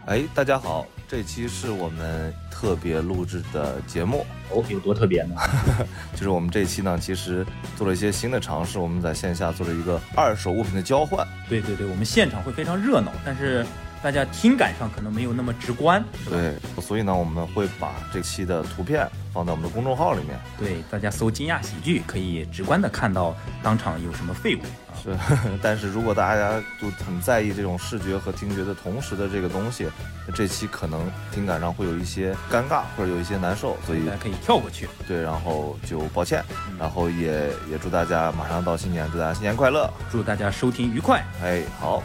哎，大家好，这期是我们特别录制的节目。 哦，有多特别呢？ 就是我们这期呢，其实做了一些新的尝试，我们在线下做了一个二手物品的交换。 对，我们现场会非常热闹，但是大家听感上可能没有那么直观，是吧？ 对，所以呢，我们会把这期的图片放在我们的公众号里面。 对，大家搜惊讶喜剧，可以直观的看到当场有什么废物。 是，但是如果大家就很在意这种视觉和听觉的同时的这个东西，这期可能听感上会有一些尴尬或者有一些难受，所以大家可以跳过去。 对，然后就抱歉，然后也祝大家马上到新年，祝大家新年快乐， 祝大家收听愉快。 哎，好，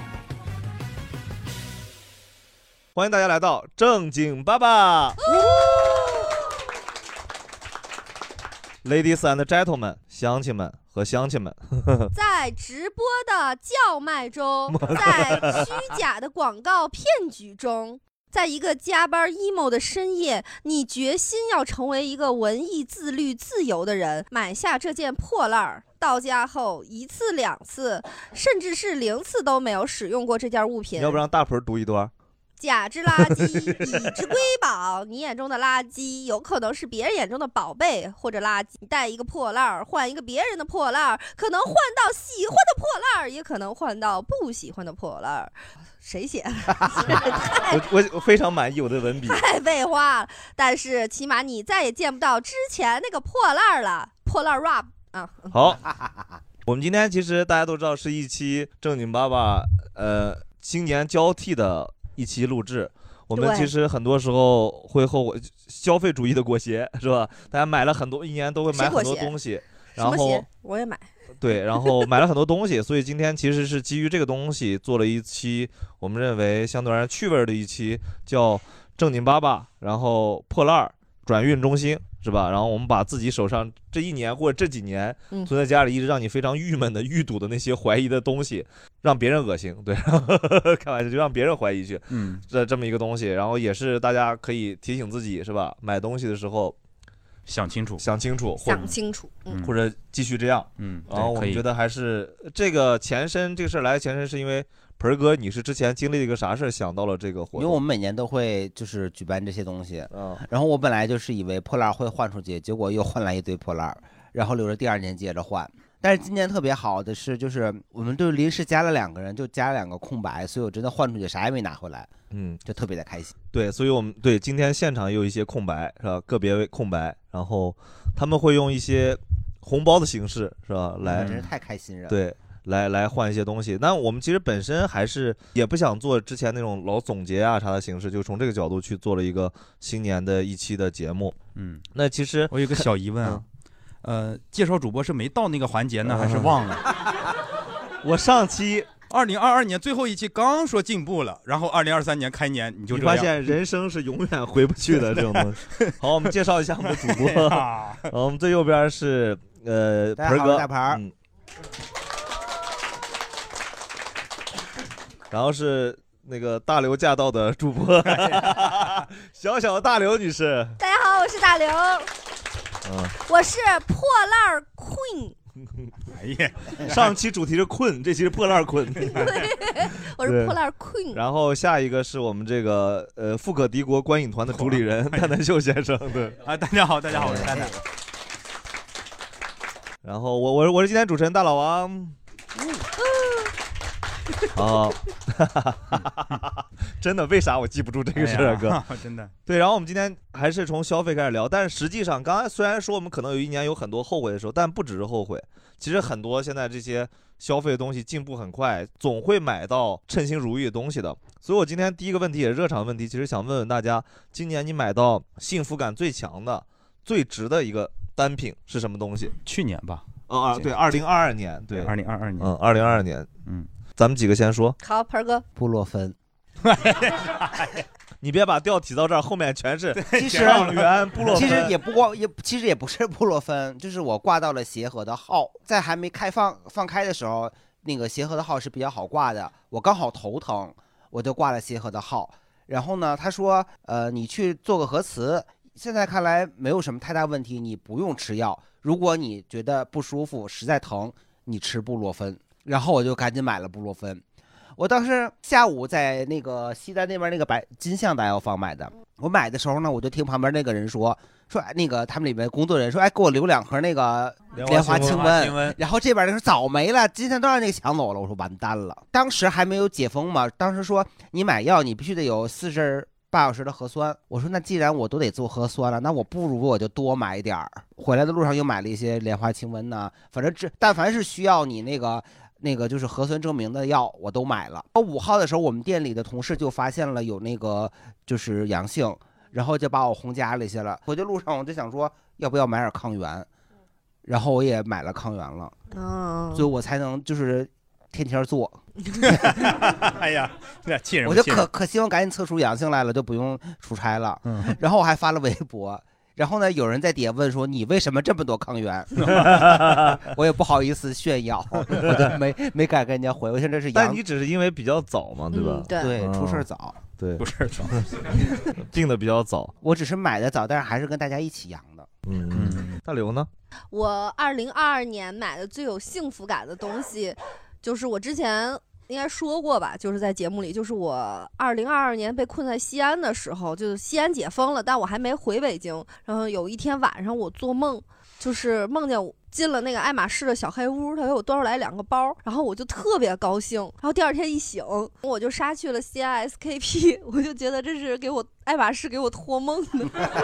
欢迎大家来到正经爸爸。Ladies and gentlemen， 乡亲们和乡亲们， 在直播的叫卖中，在虚假的广告骗局中，在一个加班 emo 的深夜，你决心要成为一个文艺自律自由的人，买下这件破烂儿，到家后1次2次甚至是0次都没有使用过这件物品。 要不让大鹏读一段。 假之垃圾，以之瑰宝。你眼中的垃圾，有可能是别人眼中的宝贝或者垃圾。你带一个破烂儿换一个别人的破烂儿，可能换到喜欢的破烂儿，也可能换到不喜欢的破烂儿。谁写的？ 我非常满意我的文笔。 太废话了，但是起码你再也见不到之前那个破烂儿了。破烂 rap 啊！ 好，我们今天其实大家都知道是一期正经爸爸新年交替的一期录制，我们其实很多时候会后悔消费主义的裹挟，是吧？大家买了很多，一年都会买很多东西，然后我也买， 对，然后买了很多东西，所以今天其实是基于这个东西做了一期我们认为相对而言趣味的一期，叫正经爸爸，然后破烂转运中心。是吧？然后我们把自己手上这一年或者这几年存在家里一直让你非常郁闷的、郁堵的那些怀疑的东西，让别人恶心，对，开玩笑就让别人怀疑去，这么一个东西，然后也是大家可以提醒自己，是吧？买东西的时候想清楚，或者继续这样，然后我们觉得还是这个前身这个事儿来前身是因为。盆儿哥，你是之前经历了一个啥事想到了这个活动？ 因为我们每年都会就是举办这些东西，然后我本来就是以为破烂会换出去，结果又换来一堆破烂，然后留着第2年接着换。但是今年特别好的是，就是我们就临时加了2个人，就加了2个空白，所以我真的换出去啥也没拿回来，就特别的开心。 对，所以我们对今天现场也有一些空白，是吧？个别空白，然后他们会用一些红包的形式，是吧？来， 真是太开心了。 对。来换一些东西，那我们其实本身还是也不想做之前那种老总结啊啥的形式，就从这个角度去做了一个新年的一期的节目。那其实我有个小疑问啊，介绍主播是没到那个环节呢，还是忘了？ 我上期 2022年最后一期刚说进步了，然后2023年开年你就这样， 你发现人生是永远回不去的这种东西。好，我们介绍一下我们的主播。我们最右边是盆哥， 大盆。 然后是那个大刘驾到的主播，小小的大刘女士。 大家好，我是大刘。我是破烂 Queen。 哎呀， 上期主题是困，这期是破烂困。 我是破烂 Queen。 然后下一个是我们这个富可敌国观影团的主理人蛋蛋秀先生。对， 大家好，大家好，我是蛋蛋。 然后我是今天主持人大老王。真的，为啥我记不住这个事儿，哥？ 真的。 对，然后我们今天还是从消费开始聊，但是实际上，刚才虽然说我们可能有一年有很多后悔的时候，但不只是后悔。其实很多现在这些消费的东西进步很快，总会买到称心如意的东西的。所以我今天第一个问题也是热场问题，其实想问问大家，今年你买到幸福感最强的、最值的一个单品是什么东西？ 去年吧。 对，2022年，对 ，2022年 ，2022年，咱们几个先说。 好，盆哥， 布洛芬。 你别把调提到这儿，后面全是其实上元布洛芬。 其实也不光其实也不是布洛芬，就是我挂到了协和的号，在还没放开的时候，那个协和的号是比较好挂的。我刚好头疼，我就挂了协和的号。然后呢，他说，你去做个核磁，现在看来没有什么太大问题，你不用吃药。如果你觉得不舒服，实在疼，你吃布洛芬。然后我就赶紧买了布洛芬。 我当时下午在那个西单那边那个金象大药房买的。我买的时候呢，我就听旁边那个人说，那个他们里面工作人员说，哎，给我留2盒那个莲花清瘟。然后这边那说早没了，今天都让那个抢走了。我说完蛋了，当时还没有解封嘛，当时说你买药你必须得有48小时的核酸。我说那既然我都得做核酸了，那我不如我就多买一点儿。回来的路上又买了一些莲花清瘟呐，反正但凡是需要你那个就是核酸证明的药我都买了。5号的时候，我们店里的同事就发现了有那个就是阳性，然后就把我轰家里去了。回去路上我就想说，要不要买点抗原？然后我也买了抗原了，所以我才能就是天天做。 哎呀，气人！ 我就可希望赶紧测出阳性来了，就不用出差了。然后我还发了微博。然后呢，有人在底下问说你为什么这么多抗原？我也不好意思炫耀，我就没敢跟人家回。我现在是但你只是因为比较早嘛，对吧？ 对，出事早， 对， 出事早， 病的比较早。 我只是买的早，但是还是跟大家一起阳的。 大刘呢？ 我2022年买的最有幸福感的东西，就是我之前应该说过吧，就是在节目里，就是我2022年被困在西安的时候，就是西安解封了，但我还没回北京。然后有一天晚上我做梦，就是梦见我进了那个爱马仕的小黑屋，他给我端出来2个包，然后我就特别高兴。然后第二天一醒，我就杀去了西安 SKP， 我就觉得这是爱马仕给我托梦的。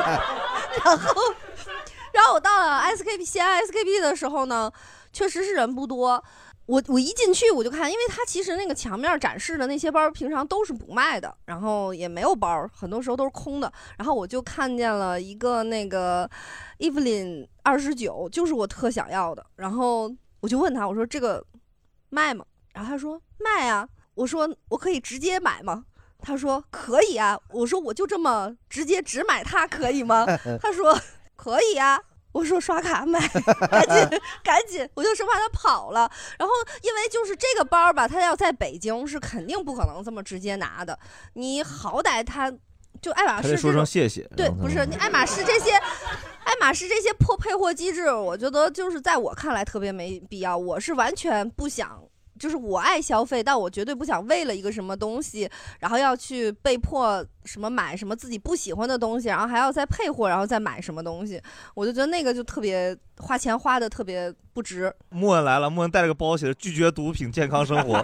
然后我到了西安 SKP 的时候呢，确实是人不多。我一进去我就看，因为它其实那个墙面展示的那些包平常都是不卖的，然后也没有包，很多时候都是空的。然后我就看见了一个那个 Evelyn 29，就是我特想要的。然后我就问他，我说这个卖吗？然后他说卖啊。我说我可以直接买吗？他说可以啊。我说我就这么直接只买它可以吗？他说可以啊。我说刷卡买，赶紧，我就生怕他跑了。然后因为就是这个包吧，他要在北京是肯定不可能这么直接拿的。你好歹他就爱马仕还得说声谢谢。 对，不是你爱马仕这些破配货机制，我觉得就是在我看来特别没必要。我是完全不想。就是我爱消费，但我绝对不想为了一个什么东西，然后要去被迫什么买什么自己不喜欢的东西，然后还要再配货，然后再买什么东西。我就觉得那个就特别花钱花的特别不值。 莫恩来了，莫恩带了个包，写着拒绝毒品，健康生活。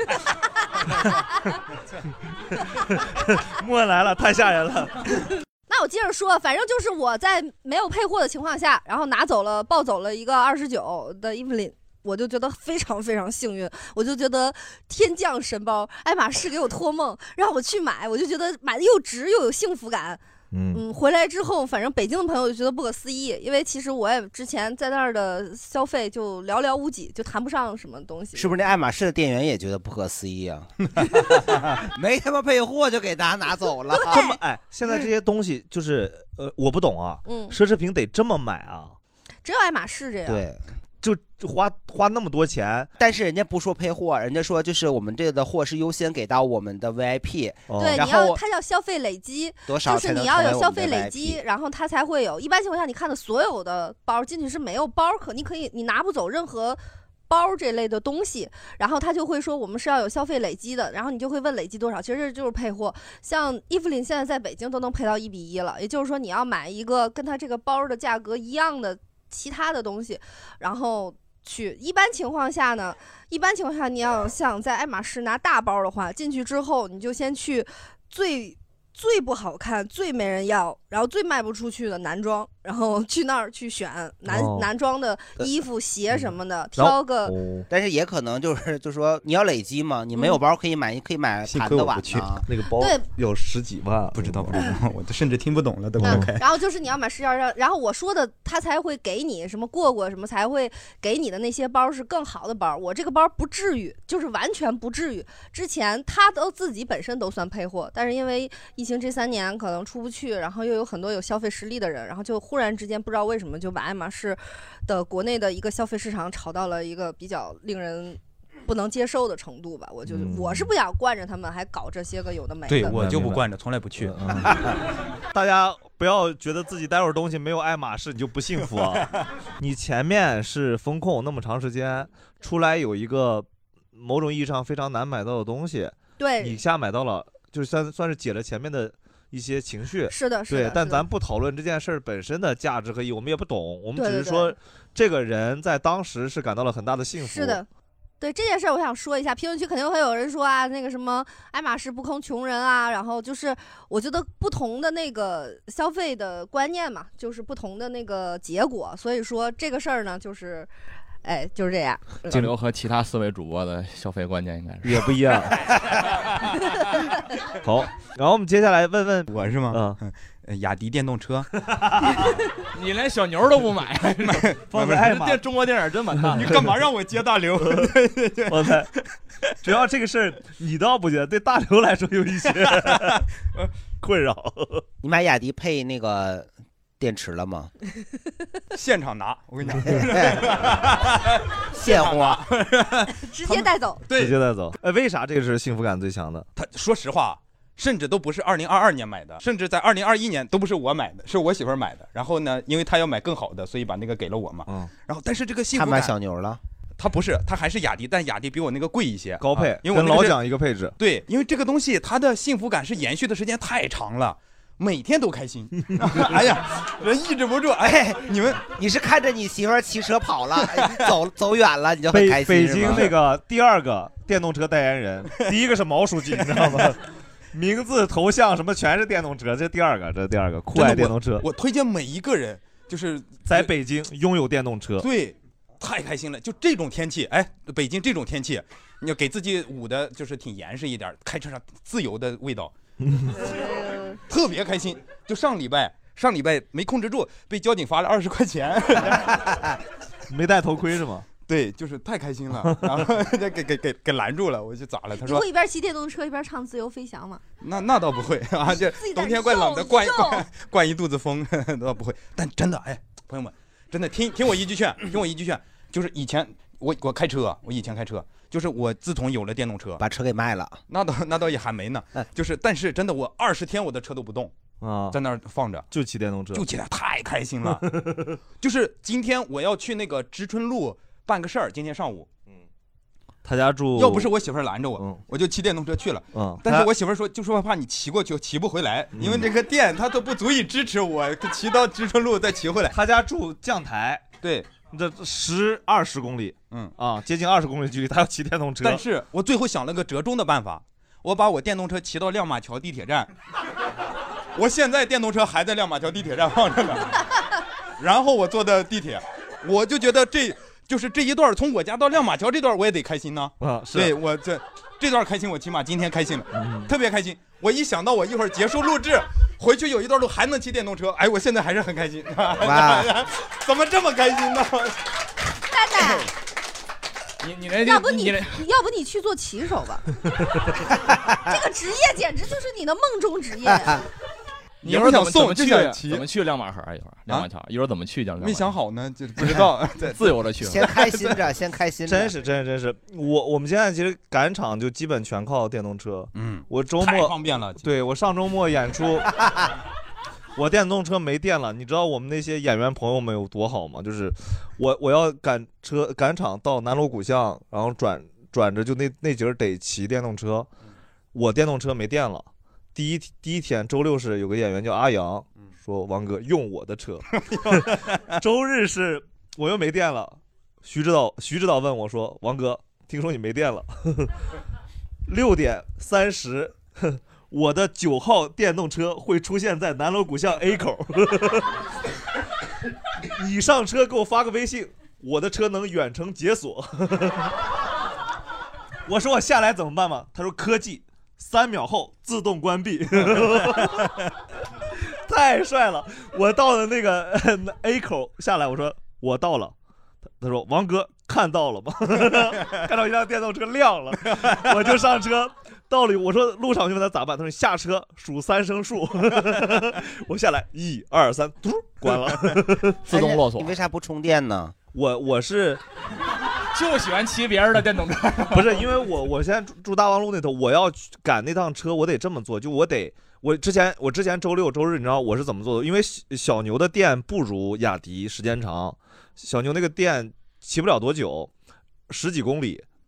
莫恩来了，太吓人了。 那我接着说，反正就是我在没有配货的情况下，然后抱走了一个29的 Evelyn。我就觉得非常非常幸运，我就觉得天降神包，爱马仕给我托梦，让我去买，我就觉得买的又值又有幸福感。回来之后，反正北京的朋友就觉得不可思议，因为其实我也之前在那儿的消费就寥寥无几，就谈不上什么东西。 是不是那爱马仕的店员也觉得不可思议啊？没他妈配货就给大家拿走了。 这么现在这些东西就是我不懂啊，奢侈品得这么买啊？ 只有爱马仕这样。 对。 就花那么多钱， 但是人家不说配货，人家说就是我们这个的货是优先给到我们的 VIP。 对，它叫消费累积， 多少就是你要有消费累积，然后它才会有。一般情况下，你看的所有的包进去是没有包你拿不走任何包这类的东西，然后他就会说我们是要有消费累积的，然后你就会问累积多少，其实这就是配货。像Evelyn现在在北京都能配到1:1了，也就是说你要买一个跟它这个包的价格一样的其他的东西，然后去。一般情况下你要想在爱马仕拿大包的话，进去之后你就先去最不好看、最没人要，然后最卖不出去的男装，然后去那儿去选男装的衣服、鞋什么的，挑个。 但是也可能就是说你要累积嘛，你没有包可以买盘子碗啊。 那个包有10几万， 不知道，我都甚至听不懂了都。 然后就是你要买10件，然后我说的他才会给你什么过什么，才会给你的那些包是更好的包。我这个包不至于，就是完全不至于。之前他都自己本身都算配货，但是因为疫情这3年可能出不去，然后又有很多有消费实力的人，然后就忽然之间不知道为什么就把爱马仕的国内的一个消费市场炒到了一个比较令人不能接受的程度吧。我是不想惯着他们还搞这些个有的没的。 对，我就不惯着，从来不去。 大家不要觉得自己待会儿东西没有爱马仕你就不幸福啊。你前面是风控那么长时间，出来有一个某种意义上非常难买到的东西， 对， 你下买到了，就算是解了前面的一些情绪。 是的，是的。 对，但是的咱不讨论这件事儿本身的价值和意义，我们也不懂，我们只对对是说这个人在当时是感到了很大的幸福。 是的。对这件事儿，我想说一下，评论区肯定会有人说啊，那个什么爱马仕不坑穷人啊，然后就是我觉得不同的那个消费的观念嘛，就是不同的那个结果，所以说这个事儿呢，就是就是这样。 金流和其他4位主播的消费观念应该是也不一样。好，然后我们接下来问问我是吗？雅迪电动车， 你连小牛都不买， 放在爱玛， 中国电影真完蛋。 你干嘛让我接大刘？ 对，我猜，主要这个事儿你倒不觉得，对大刘来说有一些困扰。 你买雅迪配那个电池了吗？ 现场拿，我跟你讲， 现货， 直接带走。 对， 直接带走。为啥这个是幸福感最强的？ 他说实话。甚至都不是2022年买的，甚至在2021年都不是我买的，是我媳妇儿买的。然后呢，因为她要买更好的，所以把那个给了我嘛。然后，但是这个幸福感， 他买小牛了。 他不是，他还是雅迪，但雅迪比我那个贵一些， 高配， 因为我跟老蒋一个配置。 对，因为这个东西它的幸福感是延续的时间太长了。每天都开心，哎呀，人抑制不住。哎， 你是看着你媳妇儿骑车跑了，走远了，你就很开心。 北京那个第2个电动车代言人，第1个是毛书记，你知道吗？名字、头像什么全是电动车，这第2个，这第2个酷爱电动车。 我推荐每一个人，就是在北京拥有电动车， 对，太开心了。就这种天气，北京这种天气，你要给自己捂的，就是挺严实一点，开车上自由的味道，特别开心。就上礼拜没控制住，被交警罚了20块钱， 没戴头盔是吗？ 对，就是太开心了，然后给拦住了，我就咋了？他说你会一边骑电动车一边唱《自由飞翔》吗？ 那倒不会啊，这冬天怪冷的，灌一肚子风，倒不会。但真的，朋友们，真的听我一句劝，就是以前我开车，我以前开车，就是我自从有了电动车， 把车给卖了， 那倒也还没呢，就是但是真的我20天我的车都不动。在那儿放着， 就骑电动车， 就骑的太开心了。就是今天我要去那个知春路办个事儿，今天上午， 他家住， 要不是我媳妇儿拦着我，我就骑电动车去了。但是我媳妇儿说怕你骑过去骑不回来，因为这个电它都不足以支持我骑到知春路再骑回来。 他家住将台， 对， 这10-20公里，接近20公里距离，他要骑电动车。 但是我最后想了个折中的办法，我把我电动车骑到亮马桥地铁站。我现在电动车还在亮马桥地铁站放着呢，然后我坐的地铁，我就觉得就是这一段从我家到亮马桥这段我也得开心呢。对，我这段开心，我起码今天开心了，特别开心。我一想到我一会儿结束录制，回去有一段路还能骑电动车，我现在还是很开心。哇，怎么这么开心呢？ 蛋蛋。要不你去做骑手吧？这个职业简直就是你的梦中职业。 你一会儿怎么去？ 怎么去亮马河？一会儿亮马桥，一会儿怎么去？ 没想好呢，就是不知道， 自由的去。 先开心着，先开心着。 真是，我们现在其实赶场就基本全靠电动车。我周末太方便了。 对，我上周末演出。我电动车没电了，你知道我们那些演员朋友们有多好吗？就是我要赶场到南锣鼓巷，然后转着就那节得骑电动车，我电动车没电了。第一天周六是有个演员叫阿阳，说王哥用我的车。周日是我又没电了，徐指导问我说王哥听说你没电了。6点30。我的9号电动车会出现在南锣鼓巷 A 口。你上车给我发个微信，我的车能远程解锁。我说我下来怎么办嘛？他说科技3秒后自动关闭。太帅了！我到了那个 A 口下来，我说我到了。他说王哥看到了吗？看到一辆电动车亮了，我就上车。到了，我说路上就问他咋办，他说下车数3声数。我下来1、2、3，嘟关了， 自动落锁。 你为啥不充电呢？ 我是就喜欢骑别人的电动车。 不是因为我现在住大望路那头，我要赶那趟车，我得这么做，就我之前周六周日你知道我是怎么做的？因为小牛的电不如雅迪时间长，小牛那个电骑不了多久，10几公里。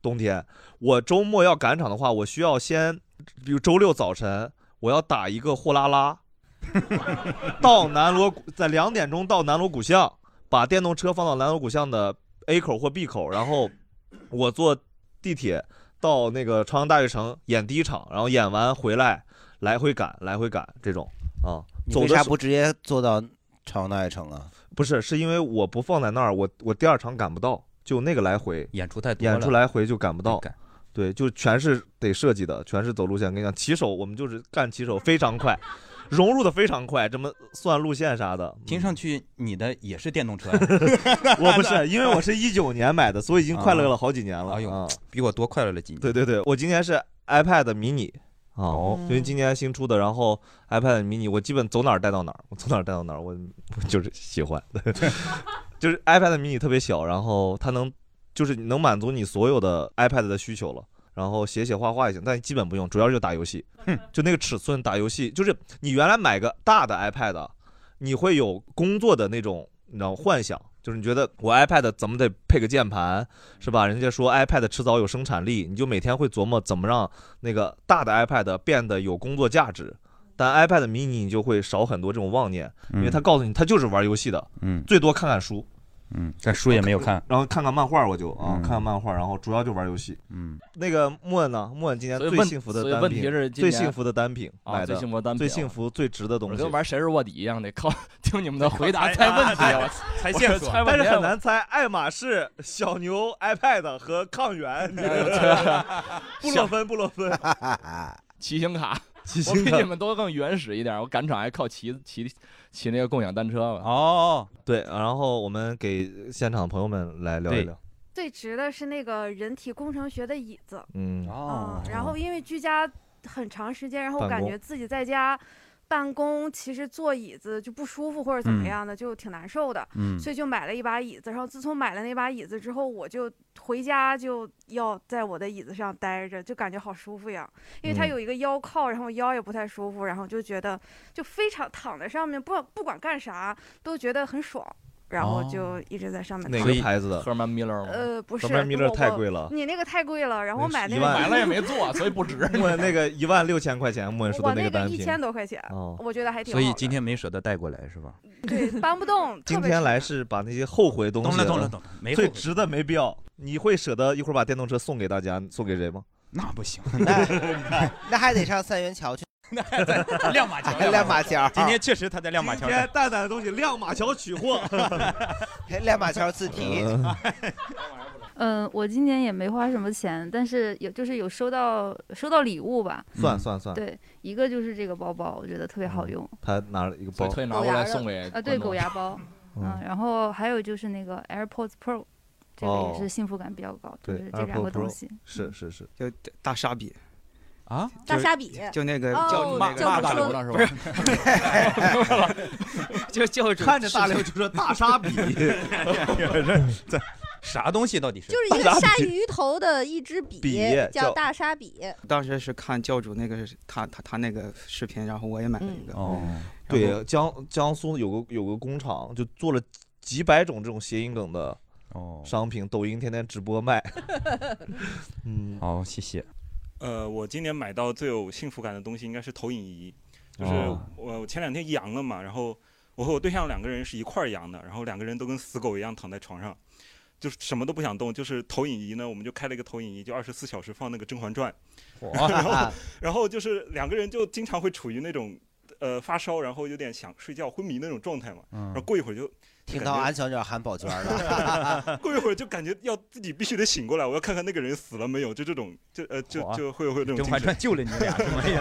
冬天，我周末要赶场的话，我需要先，比如周六早晨，我要打一个货拉拉，到南锣鼓，在2点钟到南锣鼓巷，把电动车放到南锣鼓巷的 A 口或 B 口，然后我坐地铁到那个朝阳大悦城演第1场，然后演完回来来回赶这种啊。 你为啥不直接坐到朝阳大悦城啊？ 不是，是因为我不放在那儿，我第2场赶不到，就那个来回演出太多了， 演出来回就赶不到。对，就全是得设计的，全是走路线。跟你讲，骑手我们就是干骑手，非常快，融入的非常快，这么算路线啥的。 听上去你的也是电动车， 我不是，因为我是19年买的，所以已经快乐了好几年了。 哎呦，比我多快乐了几年。 对对对，我今年是 iPad mini。因为今年新出的，然后 iPad mini 我基本走哪儿带到哪儿，我就是喜欢，就是 iPad mini 特别小，然后它就是能满足你所有的 iPad 的需求了，然后写画画也行，但基本不用，主要就是打游戏，就那个尺寸打游戏，就是你原来买个大的 iPad， 你会有工作的那种你知道幻想。就是你觉得我 iPad 怎么得配个键盘，是吧？人家说 iPad 迟早有生产力，你就每天会琢磨怎么让那个大的 iPad 变得有工作价值。但 iPad mini 你就会少很多这种妄念，因为它告诉你它就是玩游戏的，最多看看书， 但书也没有看， 然后看看漫画，我就看看漫画，然后主要就玩游戏。那个莫恩呢？莫恩今年最幸福的单品，最幸福的单品买的，最幸福最值的东西， 跟玩谁是卧底一样，得靠听你们的回答猜问题， 猜线索， 但是很难猜。爱马仕、小牛、iPad 和抗原，布洛芬， 骑行卡。我比你们都更原始一点，我赶场还靠骑那个共享单车吧。对，然后我们给现场朋友们来聊一聊。 最值的是那个人体工程学的椅子。然后因为居家很长时间，然后我感觉自己在家办公其实坐椅子就不舒服或者怎么样的，就挺难受的，所以就买了一把椅子。然后自从买了那把椅子之后，我就回家就要在我的椅子上待着，就感觉好舒服呀。因为它有一个腰靠，然后腰也不太舒服，然后就觉得就非常躺在上面，不管干啥都觉得很爽。然后就一直在上面。 哪个牌子的？ 赫曼米勒吗？ 不是， 赫曼米勒太贵了。 你那个太贵了，然后我买那个买了也没做，所以不值。 那个16000块钱，莫恩说的那个单品。 我那个1000多块钱，我觉得还挺好。 所以今天没舍得带过来是吧？ 对，搬不动。 今天来是把那些后悔的东西， 懂了， 最值的没必要。你会舍得一会儿把电动车送给大家，送给谁吗？ 那不行， 那还得上3元桥去。 那在亮马桥， 亮马桥。 今天确实他在亮马桥。 今天蛋蛋的东西亮马桥取货， 亮马桥自提。 我今年也没花什么钱，但是有收到礼物吧。 算。 对，一个就是这个包包，我觉得特别好用。 他拿了一个包， 可以拿过来送给对，狗牙包。然后还有就是那个 AirPods Pro， 这个也是幸福感比较高，就是这2个东西。 是， 就大沙笔。 啊， 大沙笔， 就那个教主那个骂大刘呢是吧？ 就教主看着大刘就说大沙笔， 这啥东西到底是？ 就是一个鲨鱼头的一支笔，叫大沙笔。 当时是看教主那个他那个视频，然后我也买了一个。 对，江苏有个工厂，就做了几百种这种谐音梗的商品，抖音天天直播卖。 好，谢谢。 我今年买到最有幸福感的东西应该是投影仪，就是我前2天阳了嘛，然后我和我对象2个人是一块阳的，然后2个人都跟死狗一样躺在床上，就是什么都不想动，就是投影仪呢，我们就开了一个投影仪，就24小时放那个《甄嬛传》，然后就是2个人就经常会处于那种发烧，然后有点想睡觉昏迷那种状态嘛，然后过一会儿就。 听到安小鸟喊宝娟了， 过一会儿就感觉要自己必须得醒过来，我要看看那个人死了没有，就这种，就会有这种。 甄嬛传救了你俩是吗？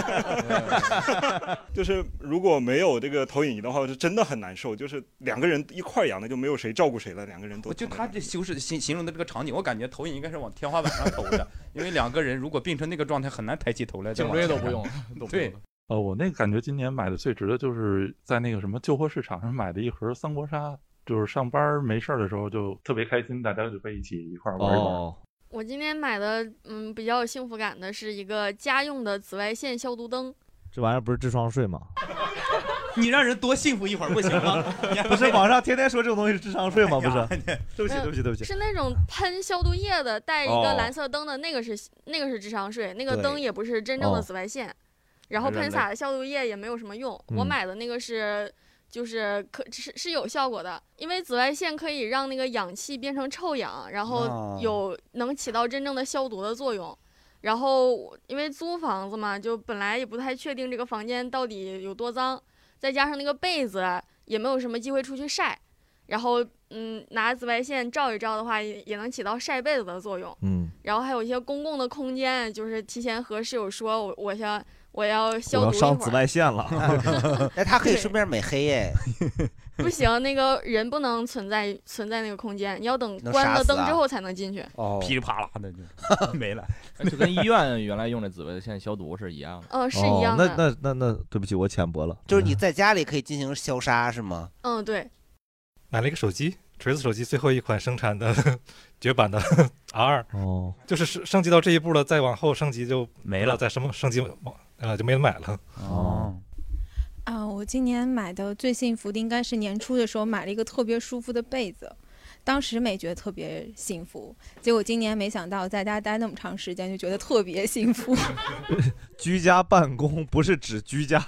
就是如果没有这个投影仪的话，就真的很难受。就是2个人一块阳的，就没有谁照顾谁了，2个人都。 就他这形容的这个场景，我感觉投影应该是往天花板上投的，因为2个人如果病成那个状态，很难抬起头来。 颈椎都不用。 对。 我那个感觉今年买的最值的就是在那个什么旧货市场上买的一盒三国杀，就是上班没事的时候就特别开心，大家就可以一块玩一玩。 我今天买的比较有幸福感的是一个家用的紫外线消毒灯。 这玩意儿不是智商税吗？ 你让人多幸福一会儿不行吗？ 不是网上天天说这种东西是智商税吗？不是，对不起。 是那种喷消毒液的，带一个蓝色灯的那个是智商税，那个灯也不是真正的紫外线，然后喷洒的消毒液也没有什么用。我买的那个是是有效果的，因为紫外线可以让那个氧气变成臭氧，然后能起到真正的消毒的作用。然后因为租房子嘛，就本来也不太确定这个房间到底有多脏，再加上那个被子也没有什么机会出去晒，然后拿紫外线照一照的话，也能起到晒被子的作用。然后还有一些公共的空间，就是提前和室友说我要消毒一会儿。 我要上紫外线了。 那他可以顺便美黑耶。 不行，那个人不能存在那个空间，你要等关了灯之后才能进去。 噼里啪啦的就没了， 就跟医院原来用的紫外线消毒是一样的。 是一样的。 那对不起，我浅薄了。 就是你在家里可以进行消杀是吗？ 对。 买了一个手机，锤子手机最后一款生产的绝版的 R2。就是升级到这一步了，再往后升级就没了， 再升级就没得买了。 我今年买的最幸福的应该是年初的时候买了一个特别舒服的被子，当时没觉得特别幸福，结果今年没想到在家待那么长时间就觉得特别幸福。 居家办公不是指居家。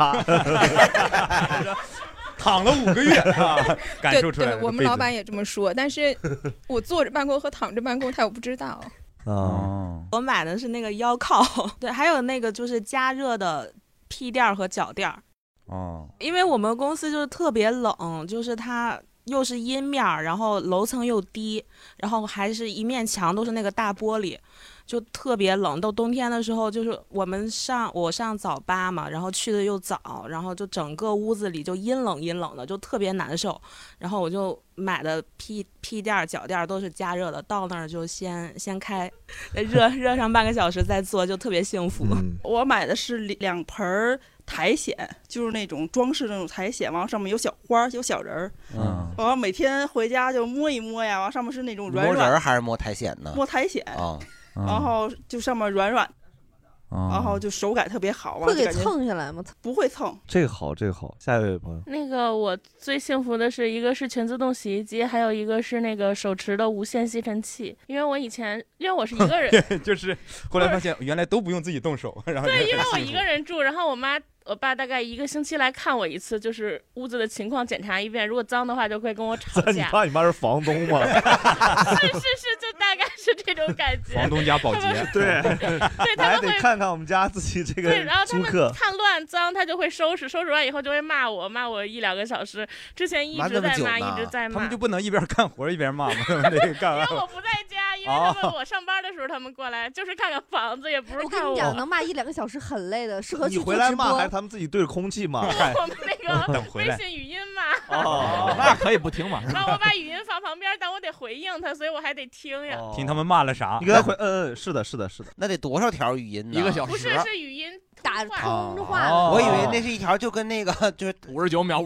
躺了5个月感受出来。 对，我们老板也这么说，但是我坐着办公和躺着办公他又不知道。 我买的是那个腰靠，对，还有那个就是加热的屁垫和脚垫。因为我们公司就是特别冷，就是它又是阴面，然后楼层又低，然后还是一面墙都是那个大玻璃，就特别冷。到冬天的时候，就是我上早8嘛，然后去的又早，然后就整个屋子里就阴冷的，就特别难受。然后我就买的屁垫脚垫都是加热的，到那儿就先开，热上半个小时再做，就特别幸福。 我买的是2盆苔藓，就是那种装饰那种苔藓，往上面有小花有小人儿。然后每天回家就摸一摸呀，往上面是那种软软。 摸人还是摸苔藓呢？ 摸苔藓然后就上面软软，然后就手感特别好。 会给蹭下来吗？ 不会蹭。 这个好。下一位朋友。 那个我最幸福的是一个是全自动洗衣机，还有一个是那个手持的无线吸尘器。因为我是一个人， 就是后来发现原来都不用自己动手。然后对，因为我一个人住，然后我爸大概1个星期来看我一次，就是屋子的情况检查一遍，如果脏的话就会跟我吵架。 你爸你妈是房东吗？ 是，就大概是这种感觉。 房东加保洁。 对， 他们得看看我们家自己这个对，然后他们租客看乱脏，他就会收拾完以后就会骂我1-2个小时。之前一直在骂，一直在骂。 他们就不能一边干活一边骂吗？因为我不在家，因为他们我上班的时候他们过来就是看看房子，也不是看我。 我跟你讲，能骂1-2个小时很累的，适合去做直播。 你回来骂还是他们自己对着空气骂？ 我们那个微信语音嘛。 那可以不听嘛。 然后我把语音放旁边，但我得回应他，所以我还得听呀。 听他们骂了啥？ 你给他回，是的。 那得多少条语音呢 ？1个小时。 不是语音打通话。 我以为那是一条，就跟那个就是 59秒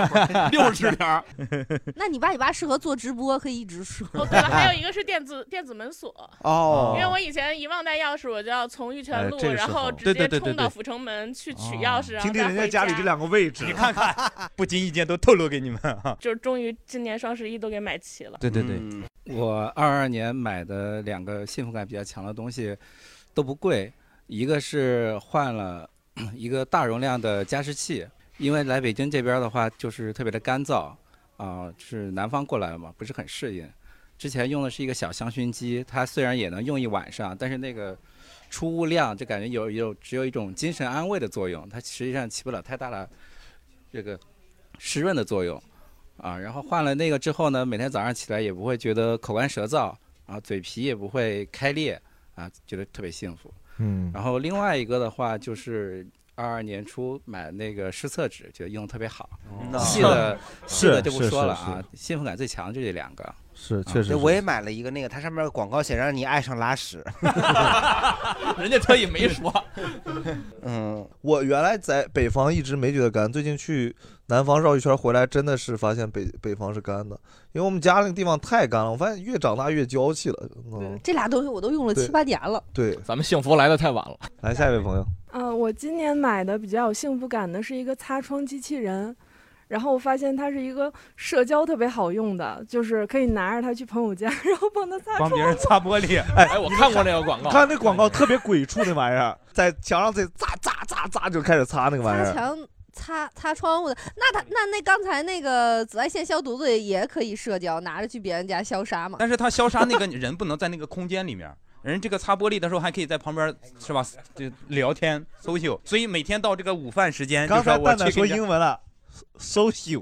60条。 那你爸适合做直播，可以一直说。 对了，还有一个是电子门锁。因为我以前一忘带钥匙，我就要从玉泉路，然后直接冲到阜成门去取钥匙，然后再回家。 听听人家家里这2个位置， 你看看，不经意间都透露给你们。 就终于今年双11都给买齐了。 对。我22年买的2个幸福感比较强的东西都不贵，一个是换了一个大容量的加湿器，因为来北京这边的话就是特别的干燥是南方过来了嘛，不是很适应。之前用的是一个小香薰机，它虽然也能用1晚上，但是那个出物量就感觉只有一种精神安慰的作用，它实际上起不了太大的这个湿润的作用然后换了那个之后呢，每天早上起来也不会觉得口干舌燥嘴皮也不会开裂觉得特别幸福。然后另外一个的话就是22年初买那个湿厕纸，觉得用的特别好。细的就不说了幸福感最强就这2个。 是，确实。 我也买了一个那个，它上面广告写让你爱上拉屎。 人家特意没说。 我原来在北方一直没觉得干，最近去南方绕一圈回来，真的是发现北方是干的，因为我们家那个地方太干了，我发现越长大越娇气了。 这俩东西我都用了7-8年了。 对， 咱们幸福来的太晚了。 来，下一位朋友。 我今年买的比较有幸福感的是一个擦窗机器人。 然后我发现它是一个社交特别好用的，就是可以拿着它去朋友家，然后帮他擦帮别人擦玻璃。 哎，我看过那个广告， 看那广告特别鬼畜那玩意儿，在墙上自己擦就开始擦那个玩意儿。 擦墙擦窗户的，那刚才那个紫外线消毒的也可以社交，拿着去别人家消杀嘛。 但是他消杀那个人不能在那个空间里面，人这个擦玻璃的时候还可以在旁边是吧？就聊天 social， 所以每天到这个午饭时间， 刚才蛋蛋说英文了 social，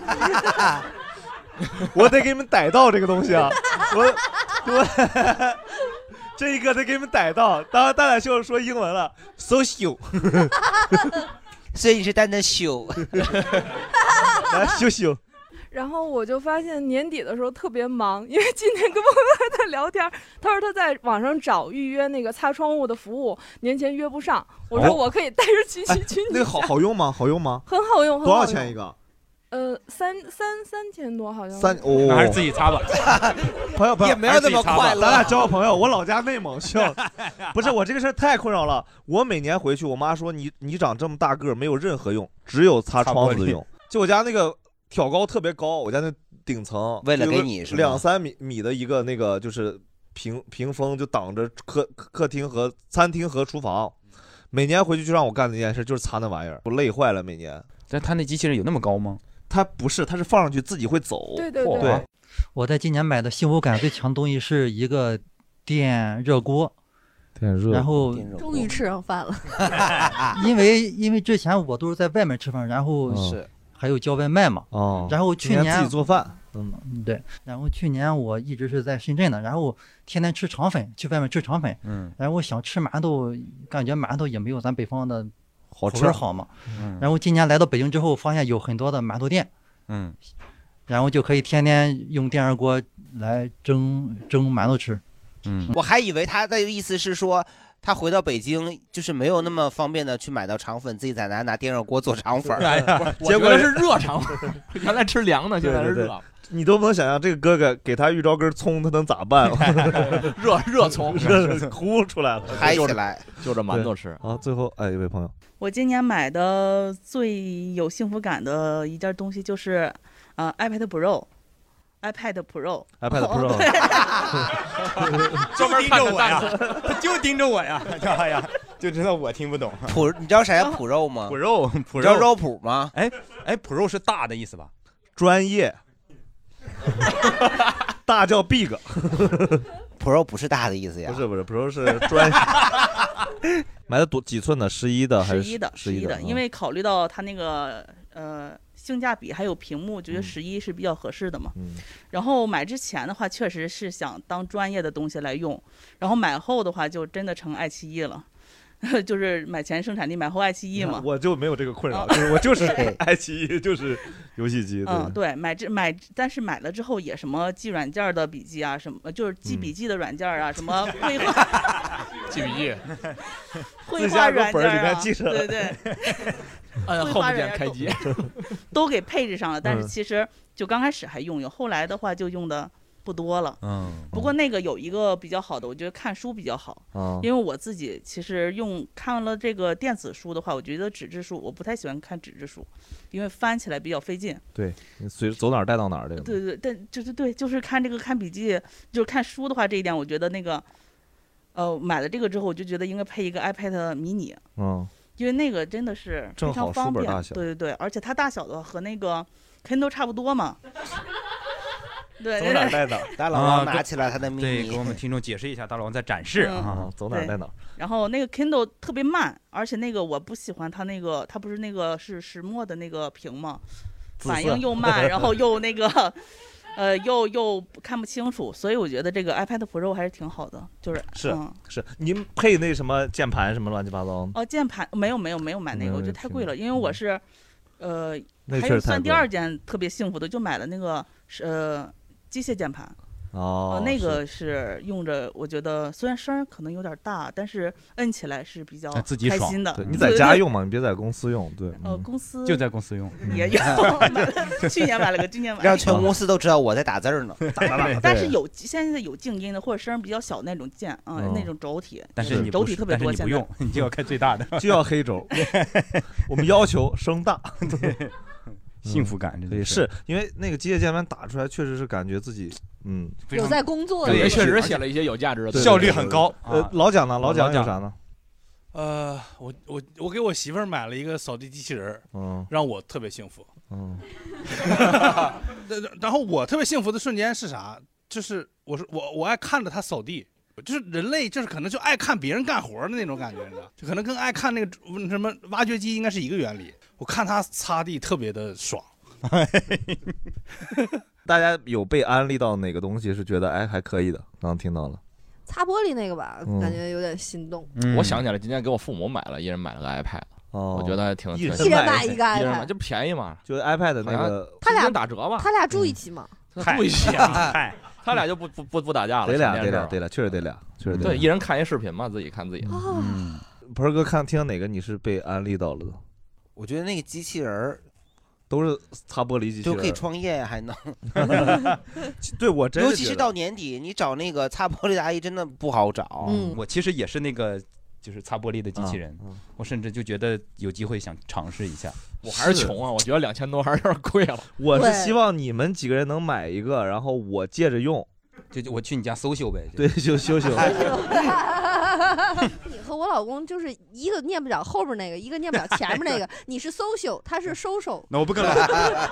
我得给你们逮到这个东西啊，我这一个得给你们逮到。当蛋蛋秀说英文了 social。 所以你是蛋蛋秀， 来秀。 然后我就发现年底的时候特别忙，因为今天跟朋友在聊天，他说他在网上找预约那个擦窗户的服务，年前约不上。我说我可以带着去那个好用吗？好用吗？ 很好用， 多少钱一个 ？3000多好像。 那还是自己擦吧。 朋友也没有那么快乐。 咱俩交个朋友，我老家内蒙需要。不是我这个事儿太困扰了。我每年回去，我妈说你长这么大个没有任何用，只有擦窗子用。就我家那个挑高特别高，我家那顶层为了给你是 2-3米的一个那个就是屏风，就挡着客厅和餐厅和厨房。每年回去就让我干的一件事就是擦那玩意儿，我累坏了每年。 但他那机器人有那么高吗？ 它不是，它是放上去自己会走。 对。 我在今年买的幸福感最强的东西是一个电热锅。然后终于吃上饭了。 因为之前我都是在外面吃饭，然后还有叫外卖嘛。然后去年自己做饭。 对。然后去年我一直是在深圳的，然后天天吃肠粉，去外面吃肠粉。然后我想吃馒头，感觉馒头也没有咱北方的好吃好嘛。然后今年来到北京之后，发现有很多的馒头店。然后就可以天天用电热锅来蒸馒头吃。 我还以为他的意思是说，他回到北京就是没有那么方便的去买到肠粉，自己在拿电热锅做肠粉。 结果是热肠粉，原来吃凉的，现在是热。 你都能想象这个哥哥给他遇着根葱，他能咋办？ 热葱， 哭出来了， 嗨起来， 就这馒头吃。 啊，最后一位朋友， 我今年买的最有幸福感的一件东西就是iPad Pro。iPad Pro， 就盯着我呀，他就盯着我呀，哎呀，就知道我听不懂。 你知道啥叫普肉吗？ 普肉， 你知道肉脯吗？ 哎，普肉是大的意思吧？ 专业，大叫 big， 普肉不是大的意思呀？ 不是，普肉是专业。买的几寸的？11的还是 11的？因为考虑到它那个性价比还有屏幕，觉得11是比较合适的嘛。然后买之前的话，确实是想当专业的东西来用，然后买后的话就真的成爱奇艺了。就是买前生产力，买后爱奇艺嘛。 我就没有这个困扰，我就是爱奇艺，就是游戏机。 对，但是买了之后也什么记软件的笔记啊，什么就是记笔记的软件啊，什么绘画记笔记， 绘画软件啊， 对， 按后部键开机， 都给配置上了。但是其实就刚开始还用，后来的话就用的不多了。不过那个有一个比较好的，我觉得看书比较好。因为我自己其实看了这个电子书的话，我觉得纸质书我不太喜欢看纸质书，因为翻起来比较费劲。 对，你走哪儿带到哪儿的。 对，但就是看这个看笔记，就是看书的话，这一点我觉得那个，买了这个之后，我就觉得应该配一个 iPad mini。因为那个真的是非常方便。对，而且它大小的话和那个 Kindle 差不多嘛。对， 走哪儿带哪儿。 大老王拿起来他的 mini， 对，给我们听众解释一下，大老王在展示啊， 走哪儿带哪儿。 然后那个 Kindle 特别慢，而且那个我不喜欢它那个，它不是那个是石墨的那个屏吗？反应又慢，然后又那个。又看不清楚，所以我觉得这个 iPad Pro 还是挺好的， 是您配那什么键盘什么乱七八糟键盘没有买那个，我觉得太贵了，因为我是还有算第二件特别幸福的，就买了那个机械键盘。那个是用着，我觉得虽然声可能有点大，但是摁起来是比较开心的。 你在家用嘛，你别在公司用。对， 公司就在公司用也有。去年买了个，今年买了让全公司都知道我在打字呢。 但是现在有静音的或者声比较小那种键那种轴体， 但是轴体特别多， 你不用，你就要开最大的， 就要黑轴。我们要求声大。 幸福感， 对，是因为那个机械键盘打出来，确实是感觉自己有在工作， 对，确实写了一些有价值的， 效率很高。 老蒋呢？老蒋有啥呢？ 我给我媳妇儿买了一个扫地机器人，让我特别幸福。然后我特别幸福的瞬间是啥？就是我爱看着她扫地，就是人类就是可能就爱看别人干活的那种感觉，你知道？就可能跟爱看那个什么挖掘机应该是一个原理。我看她擦地特别的爽。 大家有被安利到哪个东西是觉得还可以的？刚刚听到了。 擦玻璃那个吧，感觉有点心动。 我想起来，今天给我父母买了，一人买了个 iPad，我觉得还挺。 一人买一个 iPad， 就便宜嘛， 就是 iPad 那个， 他俩打折吧？ 他俩住一起吗？ 住一起啊！他俩就不打架了。 得俩，确实得俩，确实得。 对，一人看一视频嘛，自己看自己。 盆儿哥听哪个你是被安利到了的？ 我觉得那个机器人都是擦玻璃机器人， 就可以创业呀，还能。 对，我真尤其是到年底，你找那个擦玻璃的阿姨真的不好找。 我其实也是那个就是擦玻璃的机器人，我甚至就觉得有机会想尝试一下。 我还是穷啊，我觉得2000多还是有点贵了。 我是希望你们几个人能买一个，然后我借着用。 就我去你家搜修呗。 对，就修。 你和我老公就是一个念不了后边那个，一个念不了前面那个。你是social，他是收手。 那我不跟老，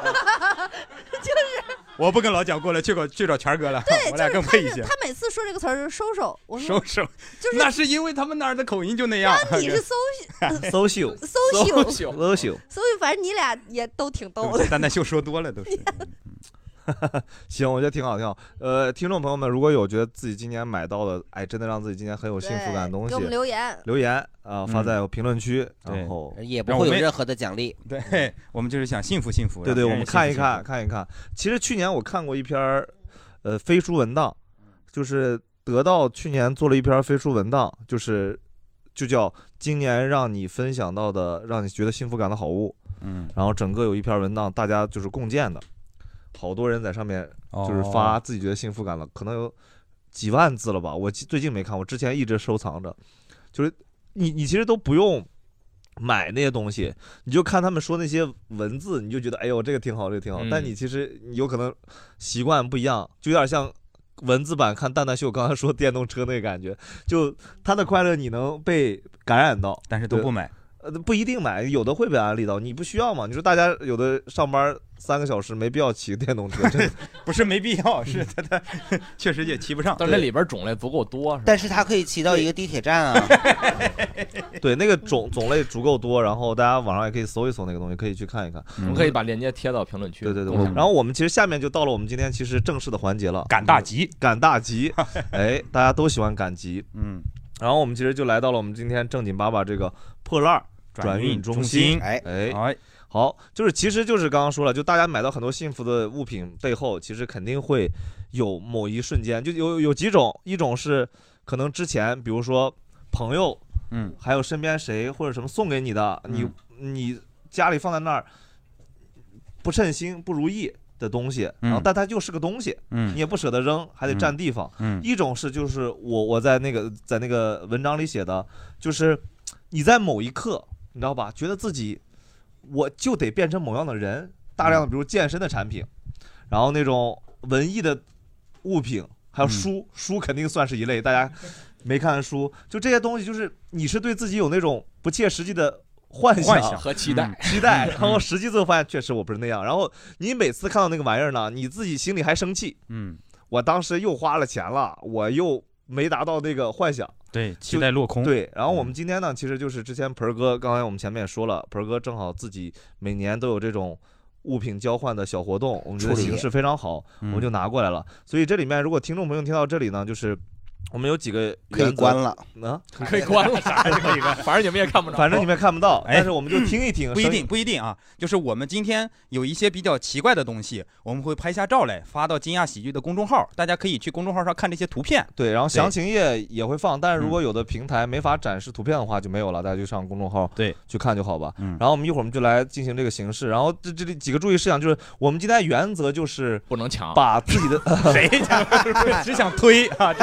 就是我不跟老蒋过来去找权哥了。 对， 我俩更配一些。 他每次说这个词儿是收手，我说收手， 就是那是因为他们那儿的口音就那样。 那你是 social， 反正你俩也都挺逗的。 蛋秀说多了都是。 行，我觉得挺好。听众朋友们，如果有觉得自己今年买到的，真的让自己今年很有幸福感的东西， 给我们留言啊，发在评论区，然后也不会有任何的奖励。 对，我们就是想幸福。 对，我们看一看。其实去年我看过一篇飞书文档，就是得到去年做了一篇飞书文档，就叫今年让你分享到的让你觉得幸福感的好物。然后整个有一篇文档，大家就是共建的。好多人在上面就是发自己觉得幸福感了，可能有几万字了吧。我最近没看，我之前一直收藏着。就是你其实都不用买那些东西，你就看他们说那些文字，你就觉得哎呦这个挺好，这个挺好。但你其实有可能习惯不一样，就有点像文字版看蛋蛋秀刚才说电动车那个感觉，就他的快乐你能被感染到， 但是都不买。 不一定买，有的会被安利到，你不需要嘛？你说大家有的上班3个小时没必要骑电动车，真的不是没必要，是他确实也骑不上。 但是那里边种类足够多， 但是它可以骑到一个地铁站啊。 对，那个种类足够多，然后大家网上也可以搜一搜那个东西，可以去看一看。 我们可以把链接贴到评论区。 对。然后我们其实下面就到了我们今天其实正式的环节了， 赶大集。 大家都喜欢赶集。然后我们其实就来到了我们今天正经爸爸这个破烂转运中心。好，其实就是刚刚说了，就大家买到很多幸福的物品背后，其实肯定会有某一瞬间，就有几种，一种是可能之前比如说朋友，还有身边谁或者什么送给你的，你家里放在那儿不称心不如意的东西，然后但它就是个东西，你也不舍得扔，还得占地方。一种是就是我在那个文章里写的，就是你在某一刻，你知道吧，觉得自己我就得变成某样的人，大量的比如健身的产品，然后那种文艺的物品，还有书肯定算是一类，大家没看书，就这些东西，就是你是对自己有那种不切实际的幻想和期待， 然后实际最后发现确实我不是那样，然后你每次看到那个玩意儿呢，你自己心里还生气，我当时又花了钱了，我又没达到那个幻想， 对，期待落空。 对，然后我们今天呢，其实就是之前盆儿哥，刚才我们前面也说了，盆儿哥正好自己每年都有这种物品交换的小活动，我们觉得形式非常好，我们就拿过来了。所以这里面如果听众朋友听到这里呢，就是我们有几个可以关了可以关了，啥可以关，反正你们也看不着， 反正你们也看不到，但是我们就听一听， 不一定啊，就是我们今天有一些比较奇怪的东西，我们会拍下照来发到惊讶喜剧的公众号，大家可以去公众号上看这些图片。 对，然后详情页也会放，但是如果有的平台没法展示图片的话就没有了，大家就上公众号去看就好吧。然后我们一会儿我们就来进行这个形式，然后这里几个注意事项就是我们今天原则就是不能抢， 把自己的谁抢只想推啊，只想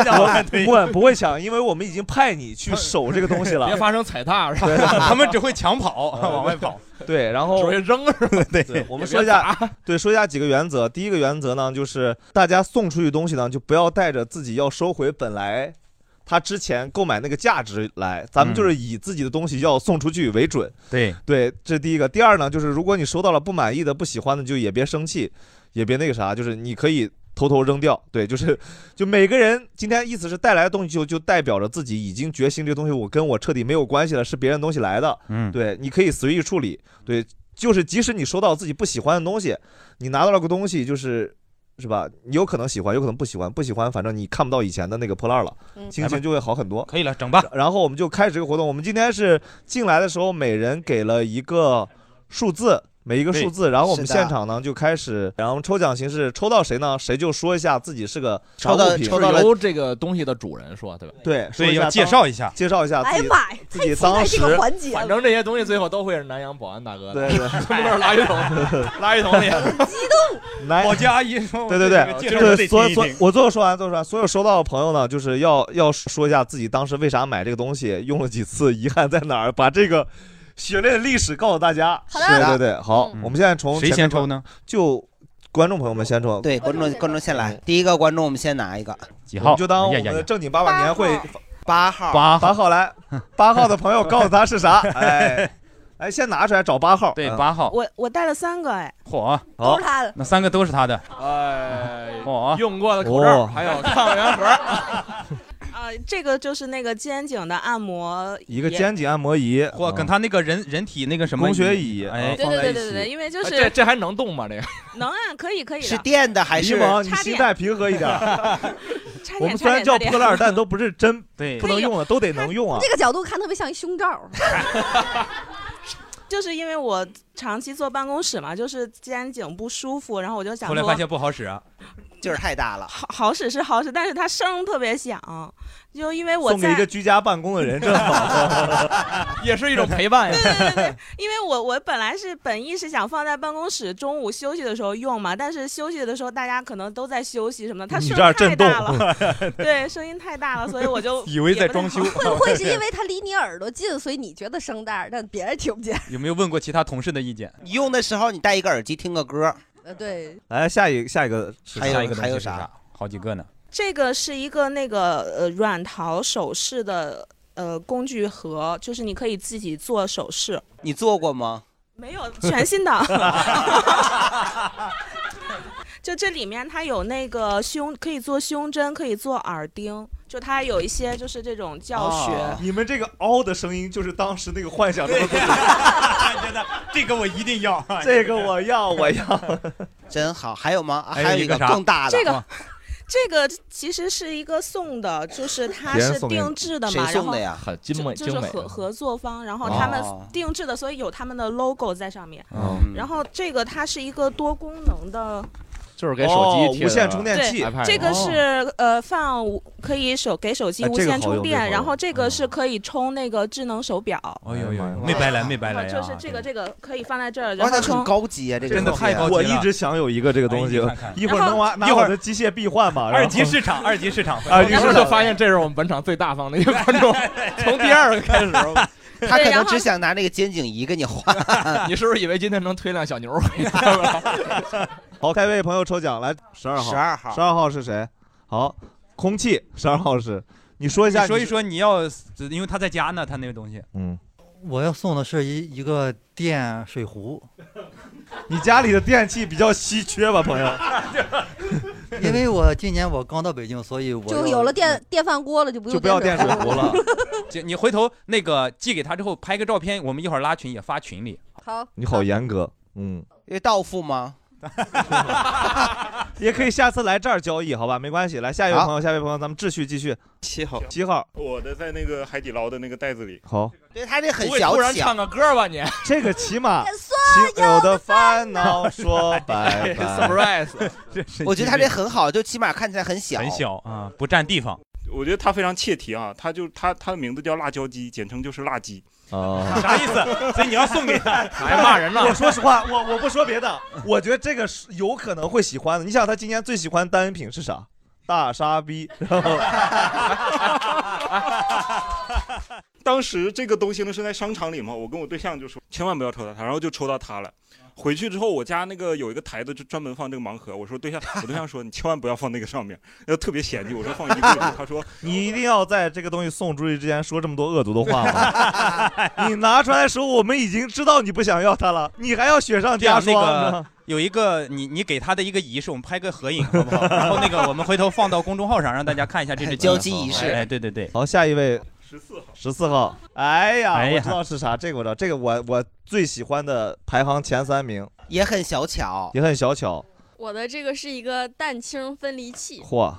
不会抢，因为我们已经派你去守这个东西了， 别发生踩踏是吧？ 对， 他们只会抢跑，往外跑。 对，然后只会扔是吧？ 对，我们说一下几个原则。第一个原则呢，就是大家送出去东西呢，就不要带着自己要收回本来他之前购买那个价值来，咱们就是以自己的东西要送出去为准。 对， 这是第一个。第二呢，就是如果你收到了不满意的、不喜欢的，就也别生气，也别那个啥，就是你可以偷偷扔掉。对，就每个人今天意思是带来的东西就代表着自己已经决心这个东西跟我彻底没有关系了，是别人东西来的。对，你可以随意处理。对，就是即使你收到自己不喜欢的东西，你拿到了个东西是吧？你有可能喜欢，有可能不喜欢，不喜欢反正你看不到以前的那个破烂了，心情就会好很多。 可以了，整吧。 然后我们就开始这个活动。我们今天是进来的时候，每人给了一个数字。每一个数字，然后我们现场呢就开始，然后抽奖形式，抽到谁呢？谁就说一下自己是个啥物品， 抽到由这个东西的主人说，对吧？ 对， 所以要介绍一下自己自己当时， 反正这些东西最后都会是南阳保安大哥的， 对， 全部都是垃圾桶里， 激动。 保洁阿姨说， 对，所我最后说完，所有收到的朋友呢，就是要说一下自己当时为啥买这个东西，用了几次，遗憾在哪儿，把这个血泪的历史告诉大家。 好的， 对，好，我们现在从谁先抽呢？ 就观众朋友们先抽。 对，观众先来。第一个观众我们先拿一个， 几号？ 就当我们的正经88年会 8号。 8号来，8号的朋友告诉他是啥？哎，先拿出来找8号。 对，8号。 我带了3个，哎， 嚯， 都是他的。 那3个都是他的。 哎，用过的口罩，还有抗原盒。 这个就是那个肩颈的按摩， 一个肩颈按摩仪， 或跟他那个人体那个什么工学椅， 哎， 对，因为就是这还能动吗？这个能啊，可以的。 是电的还是？ 你心态平和一点。我们虽然叫破烂，但都不是真不能用的，都得能用啊。 这个角度看特别像一胸罩。 就是因为我长期坐办公室嘛，就是肩颈不舒服，然后我就想说， 后来发现不好使啊。 劲儿太大了， 好使是好使，但是它声特别响，就因为我送给一个居家办公的人正好， 也是一种陪伴呀。 对，因为我本意是想放在办公室中午休息的时候用嘛，但是休息的时候大家可能都在休息什么的，它声太大了，对，声音太大了，所以我就以为在装修。 会不会是因为它离你耳朵近，所以你觉得声大，但别人听不见？ 有没有问过其他同事的意见？ 你用的时候你戴一个耳机听个歌。 对， 来下一个还有啥？ 好几个呢。 这个是一个那个软陶首饰的工具盒，就是你可以自己做首饰。 你做过吗？ 没有，全新的。就这里面它有那个可以做胸针，可以做耳钉，就它有一些就是这种教学。 你们这个凹的声音就是当时那个幻想中的自己。 觉得这个我一定要， 这个我要， 真好。还有吗？ 还有一个更大的。 这个其实是一个送的，就是它是定制的嘛， 谁送的呀？ 很精美， 就是合作方，然后他们定制的，所以有他们的 logo 在上面。然后这个它是一个多功能的。 就是给手机无线充电器， 这个是可以给手机无线充电，然后这个是可以充那个智能手表。 哎呦，没白来呀！ 就是这个可以放在这儿，然后很高级啊，这个真的太高级了。 我一直想有一个这个东西，一会儿拿我的机械臂换嘛。 二级市场， 一会儿就发现这是我们本场最大方的一个观众，从第2个开始。 他可能只想拿那个肩颈仪跟你换。 你是不是以为今天能推辆小牛回来？ 好，下一位朋友抽奖来，12号。12号是谁？好，空气。12号是，你说一下， 说一说你要，因为他在家呢，他那个东西。 我要送的是一个电水壶。 你家里的电器比较稀缺吧，朋友？ 因为我今年刚到北京，所以我就有了电饭锅了，就不要电水壶了。 你回头那个寄给他之后拍个照片，我们一会儿拉群也发群里。 好， 你好严格， 因为到付吗？ 也可以下次来这儿交易，好吧？没关系。来，下一位朋友，咱们秩序继续。7号， 我的在那个海底捞的那个袋子里。 好， 对他这很小， 突然唱个歌吧你？ 这个起码所有的烦恼说拜拜。 surprise， 我觉得他这很好，就起码看起来很小啊，不占地方。 我觉得他非常切题啊，他的名字叫辣椒鸡，简称就是辣鸡。 啥意思？所以你要送给他， 还骂人呢？ 我说实话，我不说别的，我觉得这个是有可能会喜欢的。你想他今年最喜欢单品是啥？ 大傻逼，然后当时这个东西呢是在商场里嘛，我跟我对象就说千万不要抽到它，然后就抽到它了。回去之后，我家那个有一个台子，就专门放这个盲盒。我对象说你千万不要放那个上面，特别嫌弃。我说放衣柜里，他说你一定要在这个东西送出去之前说这么多恶毒的话吗？你拿出来的时候，我们已经知道你不想要它了，你还要雪上加霜。 那个有一个你给他的一个仪式，我们拍个合影好不好？然后那个我们回头放到公众号上，让大家看一下这是交接仪式。 哎，对对对。 好，下一位。14号，哎呀， 哎呀我知道是啥，这个我知道，这个我最喜欢的排行前3名， 也很小巧， 也很小巧。 我的这个是一个蛋清分离器。 嚯，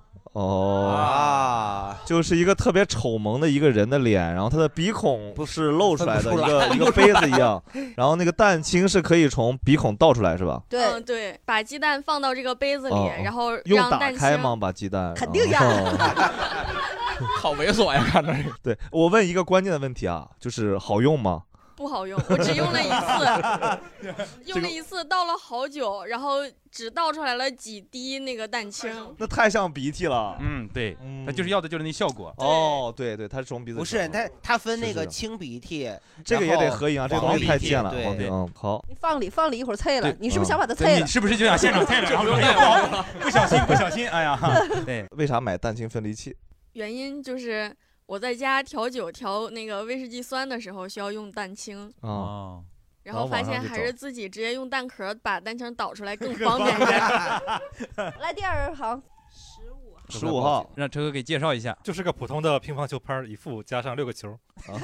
哦，就是一个特别丑萌的一个人的脸，然后他的鼻孔不是露出来的，一个杯子一样，然后那个蛋清是可以从鼻孔倒出来，是吧？ 对对，把鸡蛋放到这个杯子里，然后用打让蛋清开吗？把鸡蛋肯定要。 好猥琐呀，看着。 对，我问一个关键的问题啊，就是好用吗？ 不好用，我只用了一次，用了一次倒了好久，然后只倒出来了几滴那个蛋清。 那太像鼻涕了。 嗯，对，他就是要的就是那效果。 哦，对对，他是从鼻子。 不是，他分那个清鼻涕， 这个也得合影啊，这个东西太贱了。 对， 好。 你放里一会儿脆了，你是不是想把它脆了？ 你是不是就想现场脆了？然后不小心，哎呀，对。 为啥买蛋清分离器？ 原因就是我在家调酒调那个威士忌酸的时候需要用蛋清哦， 然后发现还是自己直接用蛋壳把蛋清倒出来更方便一点。 来第2行 ，15号， 让车哥给介绍一下， 就是个普通的乒乓球拍，一副加上6个球。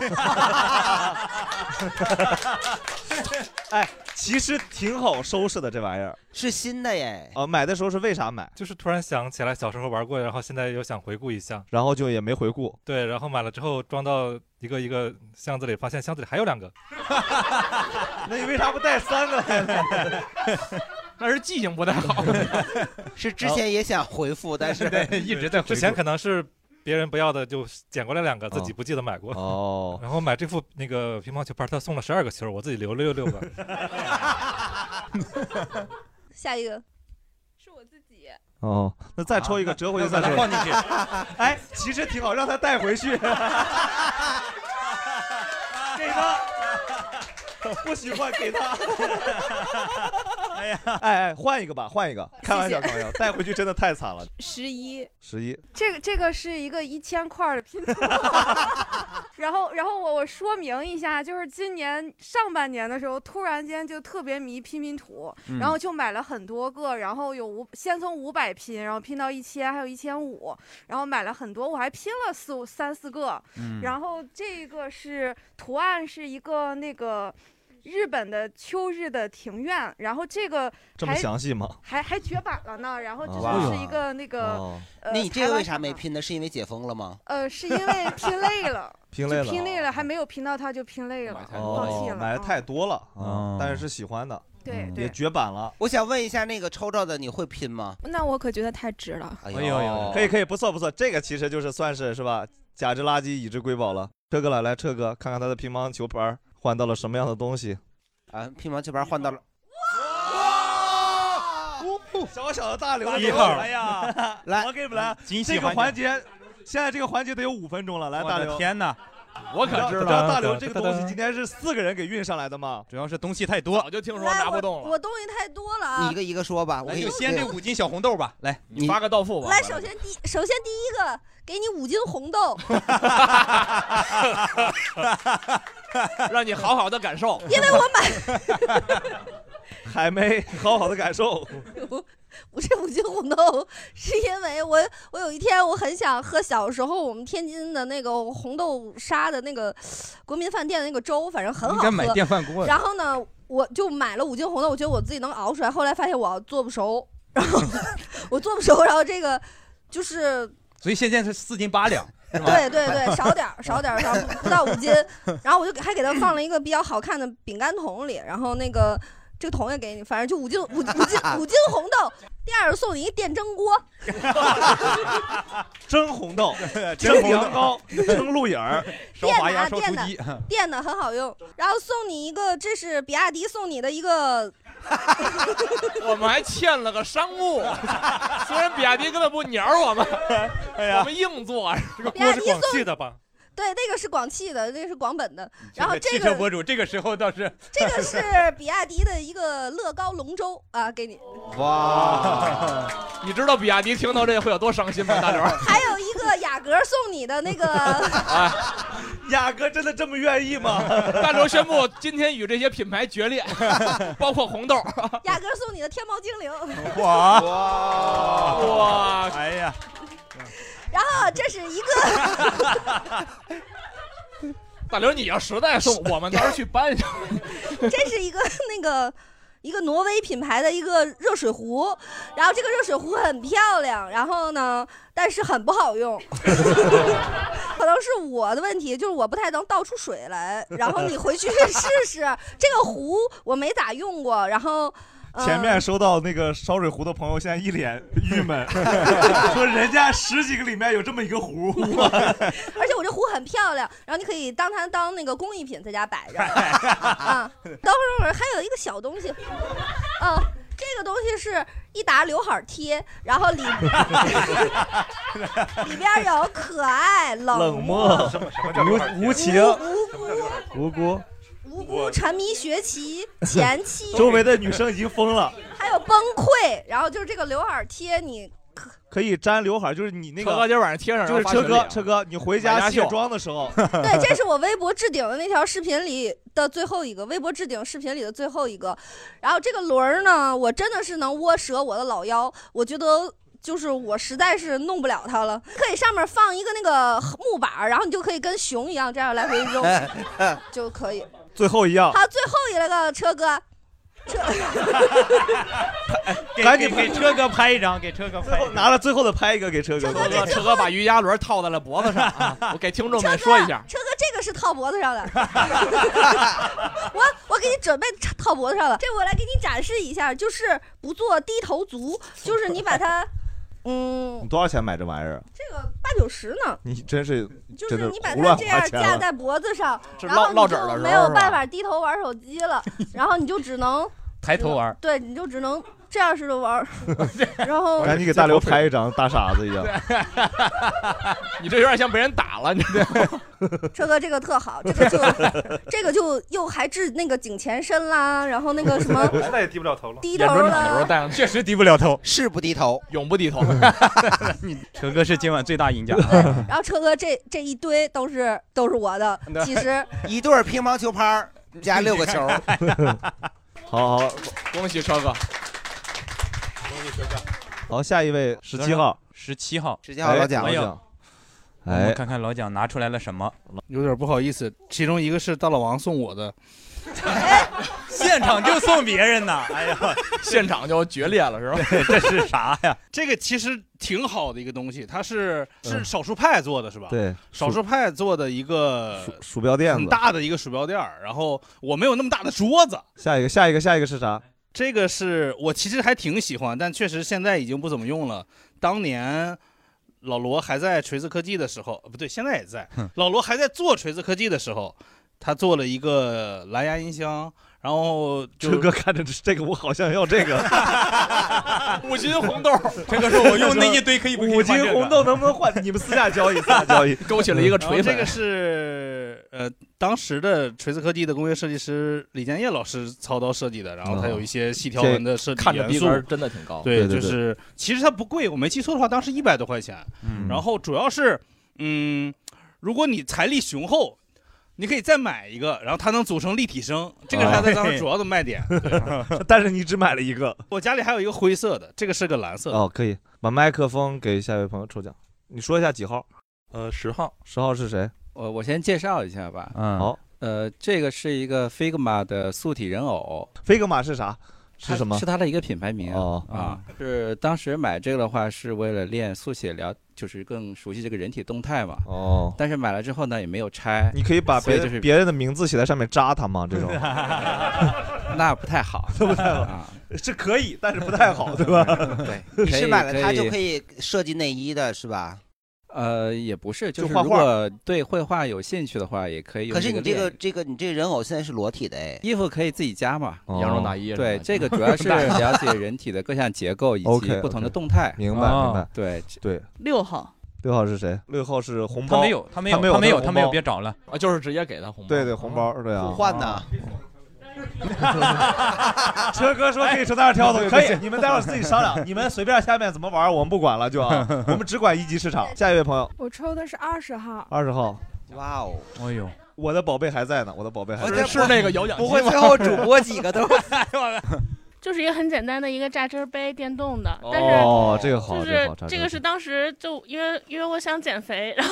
哎，其实挺好收拾的，这玩意儿是新的耶。 买的时候是为啥买？ 就是突然想起来小时候玩过，然后现在又想回顾一下， 然后就也没回顾。 对，然后买了之后装到一个箱子里，发现箱子里还有2个。 那你为啥不带3个来呢？ 那是记性不太好。 是之前也想回复，但是一直在回顾。之前可能是别人不要的就捡过来2个，自己不记得买过。 哦。 然后买这副那个乒乓球拍，他送了12个球，我自己留了6个。 下一个是我自己。 哦，那再抽一个，折回去再抽。 放进去。 哎，其实挺好，让他带回去。给他。不喜欢给他。哎呀，哎，换一个吧，换一个。开玩笑，开玩笑，带回去真的太惨了。 11。 这个是一个1000块的拼图。然后我说明一下，就是今年上半年的时候，突然间就特别迷拼图，然后就买了很多个，然后先从500拼，然后拼到1000，还有1500，然后买了很多，我还拼了3、4个。然后这个是图案是一个那个日本的秋日的庭院，然后这个这么详细吗？ 还绝版了呢。然后这是一个那个那你这个为啥没拼呢？是因为解封了吗？ 是因为拼累了。 拼累了， 还没有拼到它就拼累了，放弃了。 买的太多了，但是喜欢的， 对， 也绝版了。 我想问一下，那个抽着的你会拼吗？ 那我可觉得太值了。 哎呦，可以，不错，这个其实就是算是吧，假之垃圾，以之瑰宝了。车哥来，车哥看看他的乒乓球拍换到了什么样的东西啊？乒乓球拍换到了。 小小的大刘 1号， 哎呀，来，我给你们来这个环节。现在这个环节得有5分钟了，来，大刘！ 天哪， 我可知道大刘这个东西今天是4个人给运上来的吗？ 主要是东西太多， 早就听说拿不动了。 我东西太多了啊！ 你一个一个说吧，我就先这5斤小红豆吧，来， 你发个到付吧。 来，首先第一个，给你5斤红豆， 让你好好的感受。 因为我买还没好好的感受。 我这5斤红豆是因为我有一天我很想喝小时候我们天津的那个红豆沙的那个国民饭店的那个粥，反正很好喝。 应该买电饭锅。 然后呢，我就买了5斤红豆，我觉得我自己能熬出来。后来发现我做不熟，然后我做不熟，然后这个就是， 所以现在是4斤8两。 对，少点，不到5斤。然后我就还给它放了一个比较好看的饼干桶里，然后那个。这个桶也给你，反正就5斤红豆。第2个送你一电蒸锅， 蒸红豆、蒸羊羔、蒸鹿眼儿、 烧滑鸭、烧雏鸡， 电的很好用。然后送你一个，这是比亚迪送你的一个我们还欠了个商务，虽然比亚迪根本不鸟我们，我们硬做。 这个锅是广汽的吧？ 对，那个是广汽的，那个是广本的。然后这个汽车博主这个时候倒是， 这个是比亚迪的一个乐高龙舟啊，给你。 哇！你知道比亚迪听到这会有多伤心吗，大刘？ 还有一个雅阁送你的那个。 雅阁真的这么愿意吗？ 大刘宣布今天与这些品牌决裂，包括红豆。 雅阁送你的天猫精灵。 哇！哎呀！ 然后这是一个， 大刘，你要实在送，我们到时候去搬去。 这是一个一个挪威品牌的一个热水壶，然后这个热水壶很漂亮，然后呢，但是很不好用。可能是我的问题，就是我不太能倒出水来。然后你回去试试，这个壶我没咋用过，然后。 前面收到那个烧水壶的朋友，现在一脸郁闷，说人家10几个里面有这么一个壶， 而且我这壶很漂亮，然后你可以当它当那个工艺品在家摆着啊。等会儿还有一个小东西，这个东西是一沓刘海贴，然后里边有可爱、冷漠、 无情、无辜。 无辜、沉迷、学习、前期， 周围的女生已经疯了， 还有崩溃。然后就是这个刘海贴，你可以粘刘海，就是你那个车哥今晚上贴上， 就是车哥，你回家卸妆的时候， 对，这是我微博置顶的那条视频里的最后一个，微博置顶视频里的最后一个。然后这个轮儿呢，我真的是能窝折我的老腰，我觉得。就是我实在是弄不了它了，可以上面放一个那个木板，然后你就可以跟熊一样这样来回扔就可以。 最后一样。 好，最后一个车哥， 赶紧给车哥拍一张，给车哥拍， 拿了最后的拍一个给车哥。 车哥把瑜伽轮套在了脖子上，我给听众们说一下。 车哥这个是套脖子上的，我给你准备套脖子上了，这我来给你展示一下，就是不做低头族，就是你把它。 你多少钱买这玩意儿？ 这个80、90呢。 你真是就是你把它这样架在脖子上，然后你就没有办法低头玩手机了，然后你就只能抬头玩。 对，你就只能这样式的玩。然后赶紧给大刘拍一张，大傻子一样。 你这有点像被人打了，你这。 车哥这个特好，这个就又还治那个颈前伸啦，然后那个什么， 现在也低不了头了， 低头了， 确实低不了头， 是不低头， 永不低头。 车哥是今晚最大赢家。 然后车哥这一堆都是我的，其实一对乒乓球拍加6个球。 好， 恭喜车哥， 恭喜车哥。 好，下一位17号 ，17号老蒋， 我们看看老蒋拿出来了什么， 有点不好意思，其中一个是大老王送我的， 现场就送别人呢，哎呀， 现场就决裂了是吧？ 这是啥呀？ 这个其实挺好的一个东西，它是少数派做的是吧？ 对， 少数派做的一个鼠标垫子， 很大的一个鼠标垫，然后我没有那么大的桌子。 下一个是啥？ 这个是我其实还挺喜欢，但确实现在已经不怎么用了。当年老罗还在锤子科技的时候，不对，现在也在。老罗还在做锤子科技的时候，他做了一个蓝牙音箱，然后车哥看着这个，我好像要这个 5斤红豆。 这个是我用那一堆可以 5斤红豆能不能换？你们私下交易， 勾起了一个锤粉。 这个是当时的锤子科技的工业设计师李建业老师操刀设计的，然后它有一些细条纹的设计元素， 看着逼格真的挺高。 对，就是其实它不贵，我没记错的话，当时100多块钱。然后主要是如果你财力雄厚，你可以再买一个，然后它能组成立体声，这个是它当时主要的卖点。 但是你只买了一个， 我家里还有一个灰色的，这个是个蓝色的。 哦，可以把麦克风给下一位朋友抽奖。你说一下几号 ？10号。 10号是谁？ 我先介绍一下吧。 好。 这个是一个 Figma 的素体人偶。 Figma 是啥？是什么？ 是它的一个品牌名。是当时买这个的话，是为了练速写就是更熟悉这个人体动态嘛。但是买了之后呢，也没有拆。 你可以把别人的名字写在上面扎它吗？这种那不太好， 不太好。是可以，但是不太好，对吧？ 对。 你是买了它就可以设计内衣的是吧？ 也不是， 就是画画如果对绘画有兴趣的话，也可以用可是你这个你这个人偶现在是裸体的哎， 衣服可以自己加嘛， 羊绒大衣。 对，这个主要是了解人体的各项结构以及不同的动态。 明白明白。 对对。 6号。 6号是谁？6号是红包。 他没有，别找了啊，就是直接给他红包。 对，红包，对啊。 互换的。 车哥说可以从那儿挑的，可以，你们待会儿自己商量，你们随便下面怎么玩，我们不管了就啊，我们只管1级市场。下一位朋友， 我抽的是20号。 20号， 哇哦， 哎呦， 我的宝贝还在呢，我的宝贝还在， 是那个摇奖机吗？ 不会最后主播几个都。 就是一个很简单的一个榨汁杯，电动的，但是这个好， 就是这个是当时就因为我想减肥，然后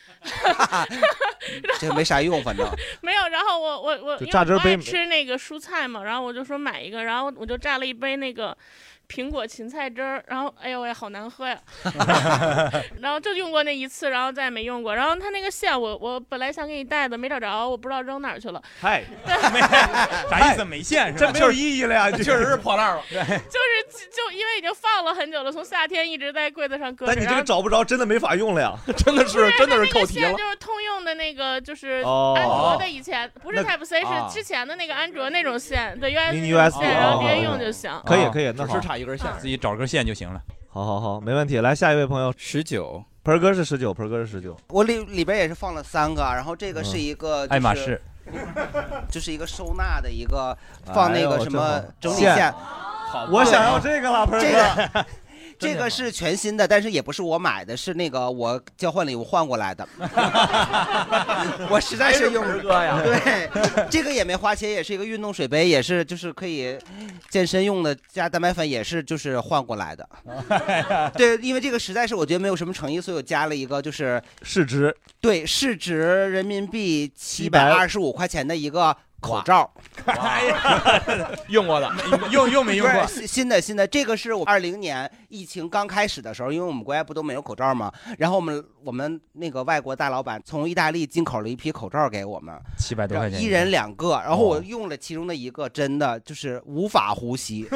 这没啥用，反正没有，然后我因为我爱吃那个蔬菜嘛，然后我就说买一个，然后我就榨了一杯那个苹果芹菜汁儿，然后哎呦喂，好难喝呀，然后就用过那一次，然后再也没用过。然后它那个线我本来想给你带的，没找着，我不知道扔哪儿去了。 嗨，啥意思？没线是吧？ 这没有意义了呀， 确实是破烂了。对， 就因为已经放了很久了，从夏天一直在柜子上搁着。 但你这个找不着，真的没法用了呀， 真的是扣题了。 就是通用的那个，就是安卓的以前不是 Type C， 是之前的那个安卓那种线，对 USB 线，然后直接用就行。 可以，那好。 一根线，自己找根线就行了。 好，没问题。来，下一位朋友 ，19， 盆哥是19，盆哥是19。 我里边也是放了3个，然后这个是一个爱马仕， 就是一个收纳的一个放那个什么整理线。 我想要这个了，盆哥。 这个是全新的，但是也不是我买的，是那个我交换礼物换过来的。我实在是用哥呀， 对，这个也没花钱，也是一个运动水杯，也是就是可以健身用的，加蛋白粉也是就是换过来的。对，因为这个实在是我觉得没有什么诚意，所以我加了一个就是市值， 对，市值人民币725块钱的一个口罩。 用过的， 用没用过？ 新的，这个是我20年疫情刚开始的时候，因为我们国家不都没有口罩吗？然后我们那个外国大老板从意大利进口了一批口罩给我们 ，700多块钱， 一人2个，然后我用了其中的一个，真的就是无法呼吸。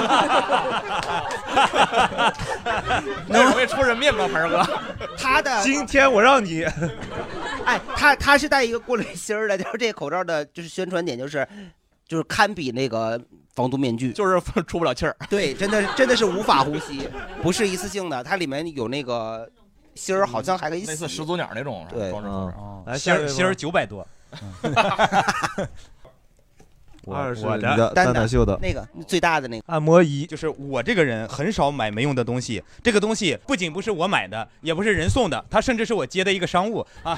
能容易出人命吗，盆哥？ 他的今天我让你， 哎，他是带一个过滤芯儿的，就是这个口罩的，就是宣传点就是堪比那个防毒面具， 就是出不了气儿。 对，真的是无法呼吸，不是一次性的，它里面有那个芯儿，好像还可以洗， 类似始祖鸟那种对装置。 来，芯儿900多。 我是你的蛋蛋秀的那个最大的那个按摩仪， 就是我这个人很少买没用的东西，这个东西不仅不是我买的，也不是人送的，它甚至是我接的一个商务啊。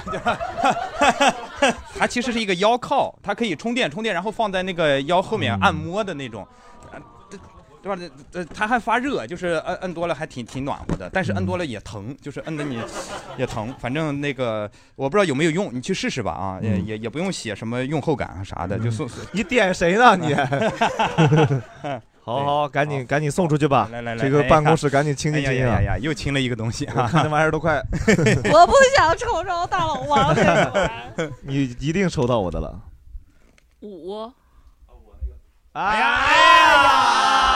它其实是一个腰靠，它可以充电，然后放在那个腰后面按摩的那种。对吧？它还发热，就是摁多了还挺暖和的，但是摁多了也疼，就是摁的你也疼。反正那个我不知道有没有用，你去试试吧啊，也不用写什么用后感啊啥的，就送。 你点谁呢你？好，赶紧送出去吧！ 来， 这个办公室赶紧清啊！ 哎呀，又清了一个东西啊！ 看这玩意儿都快。 我不想抽着大老王这个。 你一定抽到我的了。 5。 哎呀！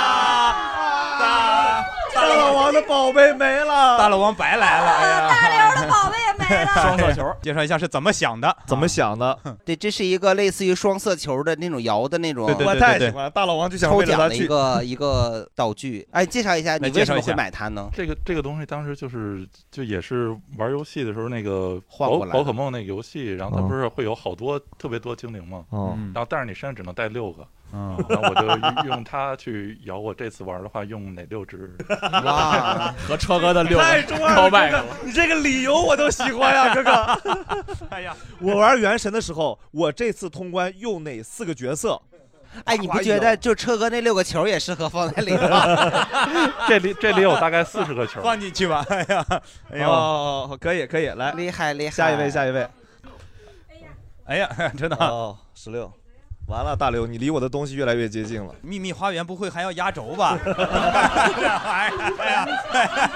大老王的宝贝没了， 大老王白来了，哎呀， 大刘的宝贝也没了。 双色球，介绍一下是怎么想的？ 对，这是一个类似于双色球的那种摇的那种， 我太喜欢大老王就想抽奖的一个道具。哎，介绍一下你为什么会买它呢？ 这个东西当时就也是玩游戏的时候那个宝可梦那个游戏，然后它不是会有特别多精灵吗？然后但是你身上只能带6个。然后我就用它去摇。我这次玩的话，用哪6只？ 哇，和车哥的6 太中二了！你这个理由我都喜欢呀，哥哥。哎呀，我玩原神的时候，我这次通关用哪4个角色？ 哎，你不觉得就车哥那6个球也适合放在里吗？ 这里有大概40个球， 放进去吧。哎呀， 可以，来， 厉害！ 下一位。 哎呀，真的 16。完了，大刘，你离我的东西越来越接近了。 秘密花园不会还要压轴吧？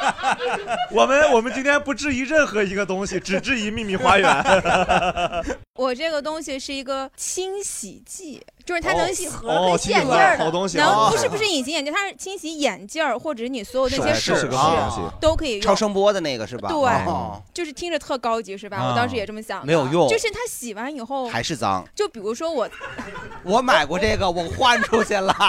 我们今天不质疑任何一个东西，只质疑秘密花园。 我这个东西是一个清洗剂，就是它能洗盒跟洗眼镜的好东西， 不是隐形眼镜，它是清洗眼镜或者是你所有那些首饰都可以用。 超声波的那个是吧？ 对，就是听着特高级是吧？我当时也这么想的。 没有用， 就是它洗完以后还是脏。 就比如说我买过这个，我换出去了。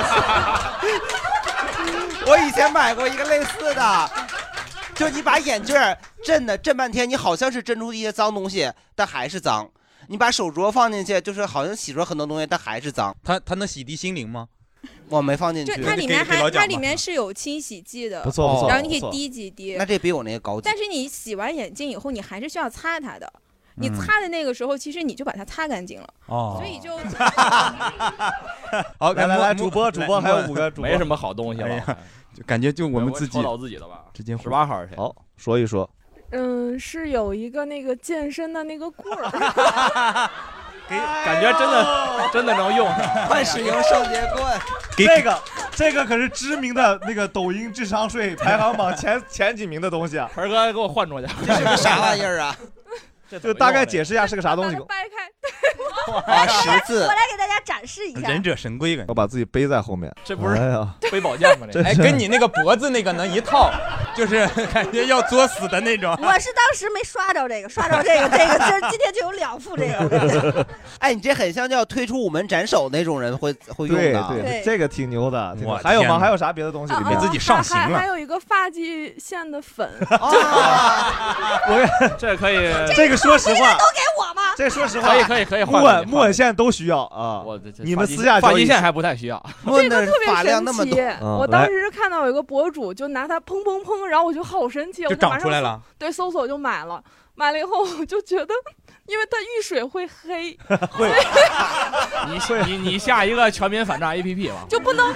我以前买过一个类似的。就你把眼镜震半天，你好像是震出一些脏东西，但还是脏。你把手镯放进去，就是好像洗出很多东西，但还是脏。 它能洗涤心灵吗？ 我没放进去。 它里面是有清洗剂的， 不错。 然后你可以滴几滴。 那这比我那个高级。 但是你洗完眼镜以后，你还是需要擦它的。你擦的那个时候，其实你就把它擦干净了。所以就。 好， 来，主播还有5个主播， 没什么好东西了。 就感觉就我们自己找自己的吧。 直接 18号是谁？ 好，说一说。 是有一个那个健身的那个棍儿， 感觉真的能用上。 快使用双节棍。 这个可是知名的那个抖音智商税排行榜前几名的东西啊！ 盆哥给我换出去。 这是个啥玩意儿啊？ 就大概解释一下是个啥东西。 掰开。 十字。 我来给大家展示一下。 忍者神龟， 我把自己背在后面。 这不是背宝剑吗？ 哎，跟你那个脖子那个能一套，就是感觉要作死的那种。 我是当时没刷着这个，今天就有2副这个。 哎，你这很像就要推出午门斩首那种人会用的。 对，这个挺牛的。还有吗？还有啥别的东西？ 给自己上刑了。 还有一个发际线的粉。 这可以。 这个说实话， 都给我吗？ 这说实话， 可以换。 木稳线都需要啊。你们私下发际线还不太需要。 这个特别神奇。我当时是看到有一个博主就拿它砰砰砰，然后我就好神奇， 就长出来了。 对，搜索就买了。买了以后我就觉得，因为它遇水会黑。 你下一个全民反诈 APP 吧。 就不能。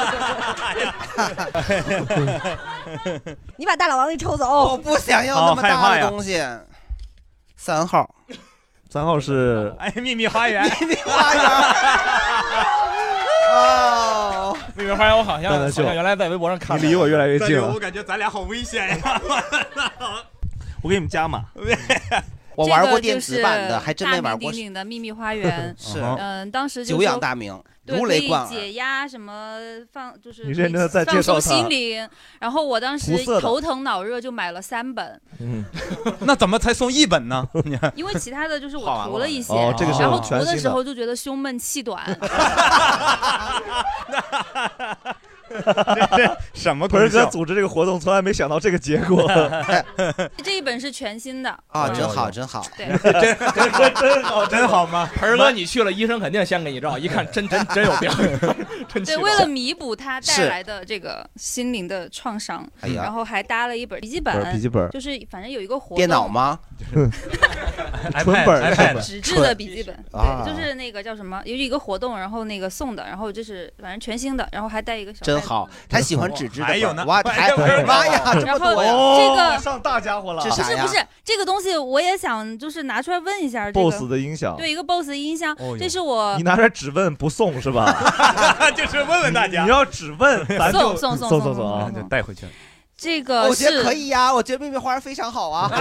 你把大老王给抽走。 我不想要那么大的东西。3号。 3号是秘密花园。 秘密花园。哦， 秘密花园，我好像原来在微博上看。 你离我越来越近了。 我感觉咱俩好危险呀。 我给你们加码。 我玩过电子版的，还真没玩过。 大名鼎鼎的秘密花园。 是。 当时就久仰大名。如雷贯耳， 解压什么就是你认真的在介绍放松心灵。然后我当时头疼脑热就买了3本。 那怎么才送1本呢？ 因为其他的就是我涂了一些， 然后涂的时候就觉得胸闷气短。 这什么？ 盆哥组织这个活动从来没想到这个结果。 这一本是全新的啊，真好，真好。 对， 真好吗？ 盆哥，你去了，医生肯定先给你照，一看真有病。 对，为了弥补他带来的这个心灵的创伤，然后还搭了一本笔记本，就是反正有一个活动。 电脑吗？ 纯本纸质的笔记本，对，就是那个叫什么，有一个活动，然后那个送的，然后就是反正全新的，然后还带一个小。 真好，他喜欢纸质的。 还有呢， 妈呀，这么多呀！ 这个上大家伙了。 这啥呀？ 不是这个东西，我也想就是拿出来问一下。 BOSS 的音响， 对，一个 BOSS 的音箱，这是我。 你拿出来只问不送是吧？ 就是问问大家。 你要只问，咱就送啊， 就带回去。 这个我觉得可以呀，我觉得秘密花园非常好啊。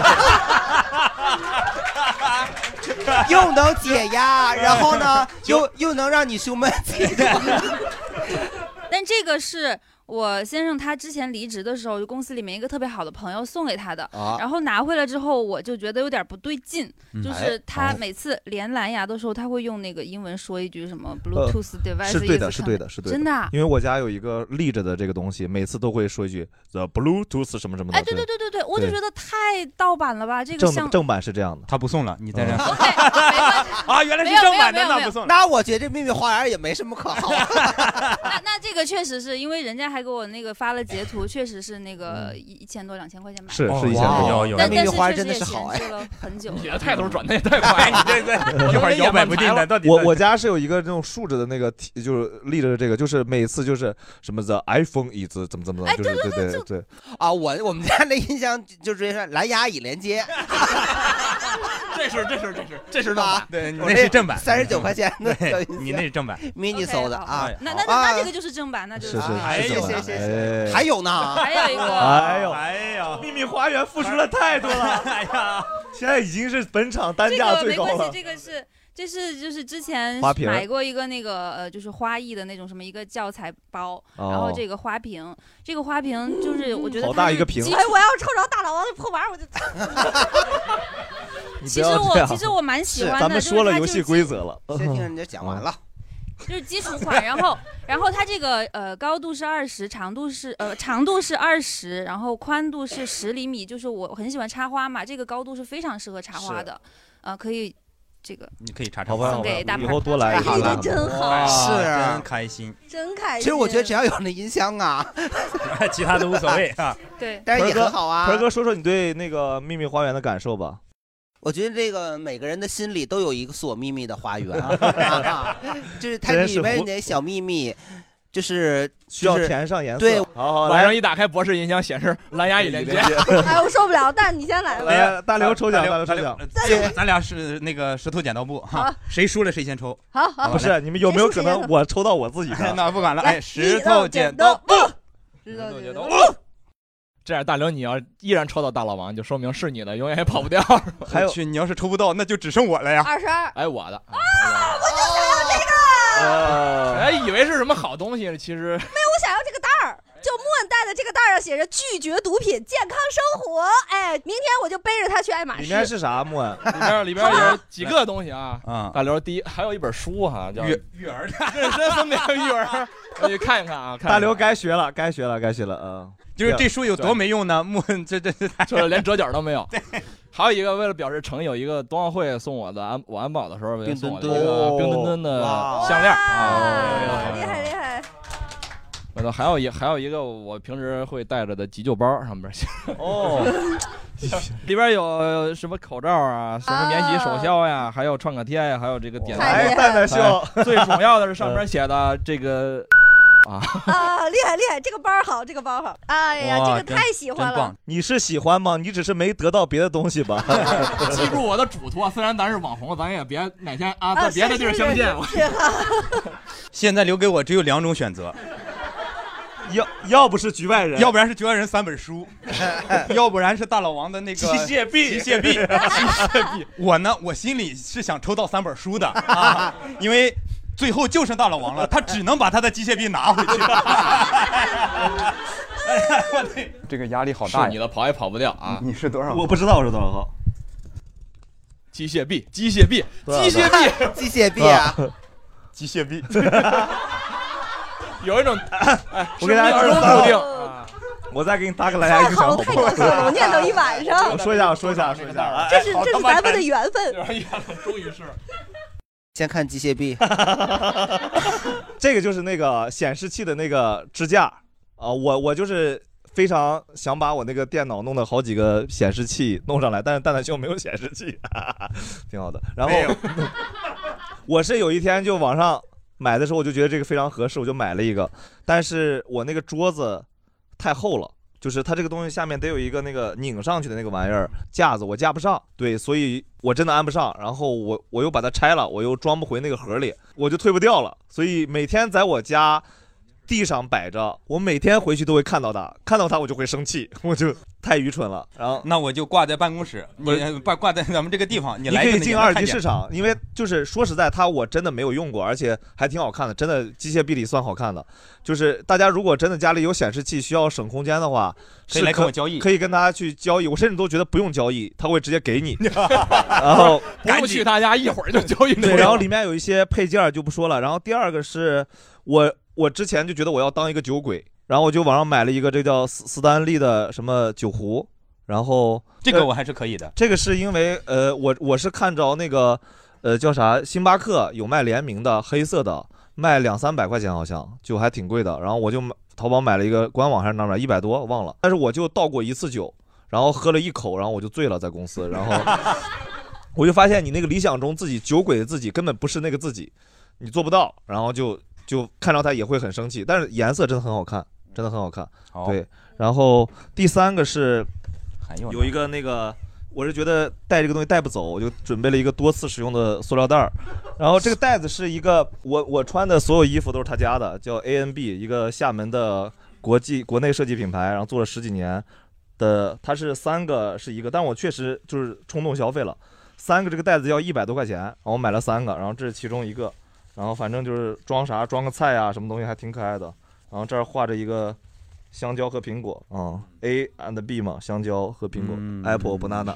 又能解压，然后呢，又能让你胸闷气短。 但这个是我先生他之前离职的时候，就公司里面一个特别好的朋友送给他的，然后拿回来之后，我就觉得有点不对劲，就是他每次连蓝牙的时候，他会用那个英文说一句什么 Bluetooth device， 是对的， 真的。 因为我家有一个立着的这个东西，每次都会说一句 The Bluetooth 什么什么的。 哎，对，我就觉得太盗版了吧，这个正版是这样的， 他不送了，你在这。 啊， 原来是正版的，那不送。 那我觉得这秘密花园也没什么可好。 那这个确实是因为人家还给我那个发了截图，确实是那个1000多2000块钱买的， 是1000多。 但秘密花园真是确实的是好闲置了很久。 你的态度转的也太快，你这一会儿摇摆不定的。到底我家是有一个那种竖着的那个，就是立着的这个，就是每次就是什么 The iPhone 椅子怎么，就是对。 啊，我们家那音箱就直接是蓝牙已连接。 这是正版，对，你那是正版 ，39块钱的， 你那是正版 ，mini 搜的啊。 那这个就是正版，那就是。 是。 是，还有呢， 还有一个， 哎呦，秘密花园付出了太多了，哎呀，现在已经是本场单价最高了。 这个没关系，这是就是之前买过一个那个就是花艺的那种什么一个教材包，然后这个花瓶，就是我觉得好大一个瓶， 哎，我要抽着大老王的破玩我就。 其实我蛮喜欢的， 咱们说了游戏规则了， 先听人家讲完了。 就是基础款，然后它这个高度是20，长度是20，然后宽度是10厘米，就是我很喜欢插花嘛，这个高度是非常适合插花的，可以这个你可以插送给大以后多来一个，真好， 是真开心， 真开心。 其实我觉得只要有那音箱啊， 其他都无所谓啊。 对， 但是也很好啊。 盆哥，说说你对那个秘密花园的感受吧。 我觉得这个每个人的心里都有一所秘密的花园，就是它里面的小秘密，就是需要填上颜色。 对， 好， 晚上一打开博士音箱，显示蓝牙已连接。 哎，我受不了，但你先来吧。 来，大刘抽奖，大刘抽奖。 咱俩是那个石头剪刀布哈，谁输了谁先抽。 好， 不是你们有没有可能我抽到我自己的？ 那不管了，哎，石头剪刀布， 石头剪刀布。 这样，大刘，你要依然抽到大老王，就说明是你的，永远也跑不掉。 还有，你要是抽不到，那就只剩我了呀。 22， 哎，我的啊，我就想要这个。 哎，以为是什么好东西，其实没有，我想要这个袋儿。就莫恩带的这个袋儿上写着拒绝毒品，健康生活。哎，明天我就背着它去爱马仕。 里面是啥？莫恩里边有几个东西啊。大刘，第一还有一本书哈，叫育儿妊娠分娩育儿，你看一看啊。 大刘该学了啊。 就是这书有多没用呢？莫恩这就是连折角都没有。还有一个为了表示诚意，有一个冬奥会送我的我安保的时候送我的一个冰墩墩的项链啊， 厉害厉害。 还有一个我平时会带着的急救包，上面写里边有什么口罩啊，什么免洗手消呀，还有创可贴呀，还有这个点蛋蛋秀。 最重要的是上面写的这个厉害厉害，这个包好，这个包好。哎呀，这个太喜欢了。 你是喜欢吗？你只是没得到别的东西吧？ 记住我的嘱托，虽然咱是网红，咱也别哪天在别的地儿相见。 现在留给我只有2种选择。 要不是局外人， 要不然是局外人3本书，要不然是大老王的那个机械臂。 我心里是想抽到3本书的啊，因为最后就剩大老王了，他只能把他的机械臂拿回去。这个压力好大呀！ 是你的跑也跑不掉啊！ 你是多少号？ 我不知道我是多少号。 机械臂啊！ 机械臂啊！ 机械臂。 有一种， 我给大家注定。 我再给你搭个蓝牙音响， 太搞笑了，我念叨一晚上。 说一下， 这是咱们的缘分。 终于是。 先看机械臂， 这个就是那个显示器的那个支架啊，我就是非常想把我那个电脑弄的好几个显示器弄上来，但是蛋蛋秀没有显示器，挺好的。然后我是有一天就网上买的时候，我就觉得这个非常合适，我就买了一个，但是我那个桌子太厚了。就是它这个东西下面得有一个那个拧上去的那个玩意儿架子，我架不上，对，所以我真的安不上。然后我又把它拆了，我又装不回那个盒里，我就退不掉了。所以每天在我家地上摆着，我每天回去都会看到它我就会生气，我就太愚蠢了。然后那我就挂在办公室，你挂在咱们这个地方，你可以进二级市场，因为就是说实在，我真的没有用过，而且还挺好看的，真的机械臂里算好看的。就是大家如果真的家里有显示器需要省空间的话， 可以来跟我交易， 可以跟大家去交易。我甚至都觉得不用交易，他会直接给你，然后不用去他家，一会儿就交易。 对，然后里面有一些配件就不说了。然后第二个是我之前就觉得我要当一个酒鬼，然后我就网上买了一个这叫斯丹利的什么酒壶，然后这个我还是可以的。 这个是因为我是看着那个叫啥星巴克有卖联名的黑色的，卖200-300块钱好像，就还挺贵的。然后我就淘宝买了一个，官网还是哪买100多忘了，但是我就倒过一次酒，然后喝了一口，然后我就醉了在公司，然后我就发现你那个理想中自己酒鬼的自己根本不是那个自己，你做不到，然后就看到它也会很生气，但是颜色真的很好看，真的很好看。对，然后第三个是有一个那个，我是觉得带这个东西带不走，我就准备了一个多次使用的塑料袋儿。然后这个袋子是一个我穿的所有衣服都是他家的，叫 ANB， 一个厦门的国内设计品牌，然后做了10几年的，它是3个是一个，但我确实就是冲动消费了，3个这个袋子要100多块钱，然后我买了3个，然后这是其中一个，然后反正就是装啥装个菜啊什么东西还挺可爱的，然后这儿画着一个香蕉和苹果啊，A and B 嘛，香蕉和苹果，Apple banana，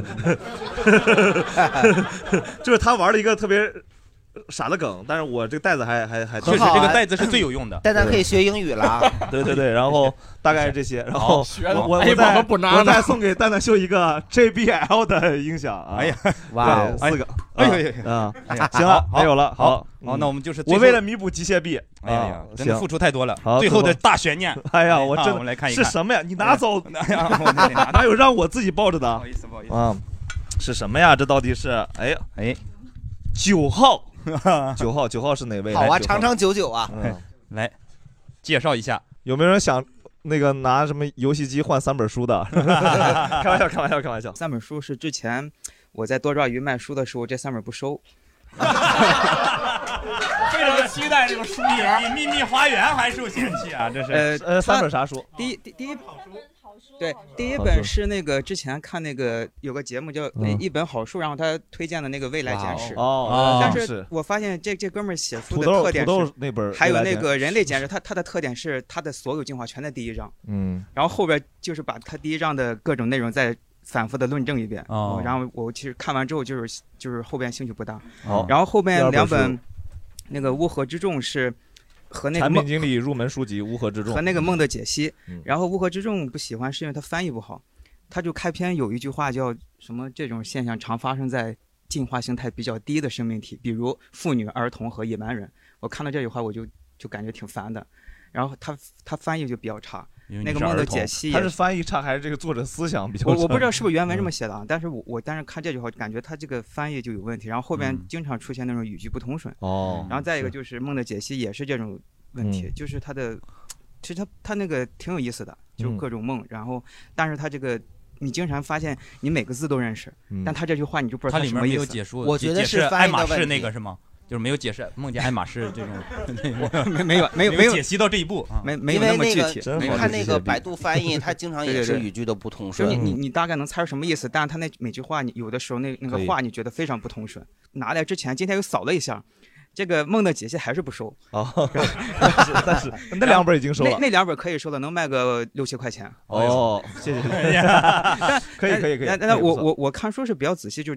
就是他玩了一个特别傻的梗，但是我这个袋子还确实这个袋子是最有用的， 蛋蛋可以学英语了。 对，然后大概这些，然后我再送给蛋蛋秀一个 JBL 的音响啊！ 哎呀， 哇，4个，啊，行了，没有了，好， 那我们就是我为了弥补机械臂， 哎呀，真的付出太多了， 好， 最后的大悬念， 哎呀，我真我们来看一看是什么呀？你拿走，哪有让我自己抱着的？不好意思啊，是什么呀？这到底是？哎，9号。9号是哪位？ 好啊，长长久久啊！ 来介绍一下， 有没有人想那个拿什么游戏机换3本书的？开玩笑。 3本书是之前我在多抓鱼卖书的时候，这3本不收。 非常期待这个书名，比《秘密花园》还受嫌弃啊！这是 3本啥书？ 第一好书。对，第一本是那个之前看那个有个节目叫《一本好书》，然后他推荐的那个《未来简史》。但是我发现这哥们儿写书的特点是， 那本还有那个《人类简史》，它的特点是它的所有精华全在第1章。然后后边就是把它第1章的各种内容再反复的论证一遍。然后我其实看完之后就是后边兴趣不大。然后后边2本那个《乌合之众》是。和那个产品经理入门书籍《乌合之众》 和那个《梦的解析》，然后《乌合之众》不喜欢是因为它翻译不好，它就开篇有一句话叫什么？这种现象常发生在进化形态比较低的生命体，比如妇女、儿童和野蛮人。我看到这句话我就感觉挺烦的，然后它翻译就比较差。那个《梦的解析》 它是翻译差还是这个作者思想比较差？ 我不知道是不是原文这么写的啊，但是我看这句话感觉它这个翻译就有问题，然后后边经常出现那种语句不通顺。然后再一个就是《梦的解析》也是这种问题，就是它的，其实它那个挺有意思的，就各种梦，然后但是它这个你经常发现你每个字都认识，但它这句话你就不知道它什么意思。 我觉得是爱马仕那个是吗？就是没有解释梦见爱马仕这种， 没有解析到这一步， 没有那么具体。 看那个百度翻译，它经常也是语句都不通顺。 你大概能猜出什么意思，但是它那每句话你有的时候那个话你觉得非常不通顺。拿来之前今天又扫了一下，这个梦的解析还是不收。 但是那2本已经收了， 那2本可以收了，能卖个6、7块钱。 谢谢。可以。 但我看书是比较仔细，就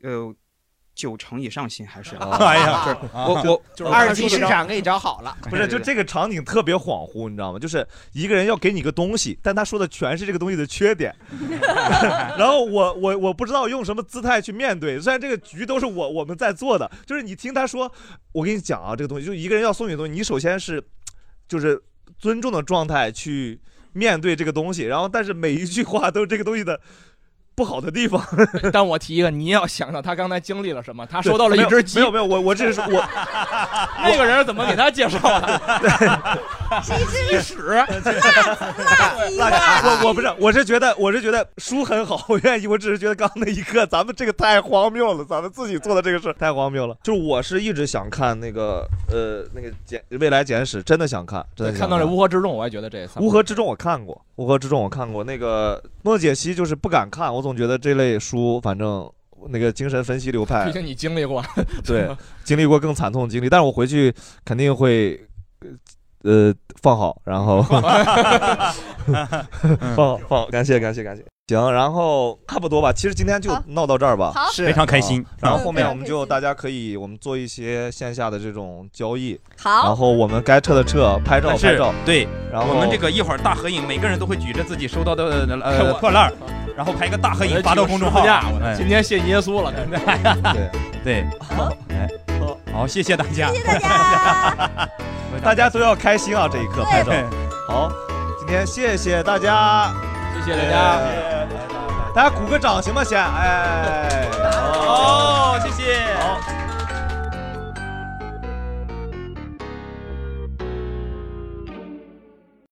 9成以上信还是。 哎呀， 我 2级市场给你找好了。 不是，就这个场景特别恍惚，你知道吗？就是一个人要给你个东西，但他说的全是这个东西的缺点，然后我不知道用什么姿态去面对。虽然这个局都是我们在做的，就是你听他说，我跟你讲啊，这个东西就一个人要送你的东西，你首先是就是尊重的状态去面对这个东西，然后但是每一句话都是这个东西的不好的地方。 但我提一个，你要想想他刚才经历了什么。他收到了一只鸡， 没有，我这是我那个人怎么给他介绍的？ 是一只屎， 我是觉得书很好，我愿意。我只是觉得刚那一刻咱们这个太荒谬了，咱们自己做的这个事太荒谬了。就是我是一直想看那个未来简史，真的想看，真的想看到了乌合之众，我也觉得这乌合之众我看过，那个梦解析就是不敢看，我总觉得这类书反正那个精神分析流派， 毕竟你经历过， 对，经历过更惨痛的经历，但是我回去肯定会放好，然后放好，感谢。行，然后差不多吧。其实今天就闹到这儿吧， 非常开心。 然后后面我们大家可以我们做一些线下的这种交易。 好。 然后我们该撤的撤，拍照。 对。 然后我们这个一会儿大合影，每个人都会举着自己收到的破烂，然后拍一个大合影发到公众号。 今天谢耶稣了， 对。好，谢谢大家。 谢谢大家。 大家都要开心啊！这一刻拍照。好，今天谢谢大家。 谢谢大家， 大家鼓个掌行吗？先，哎， 好，谢谢。 好。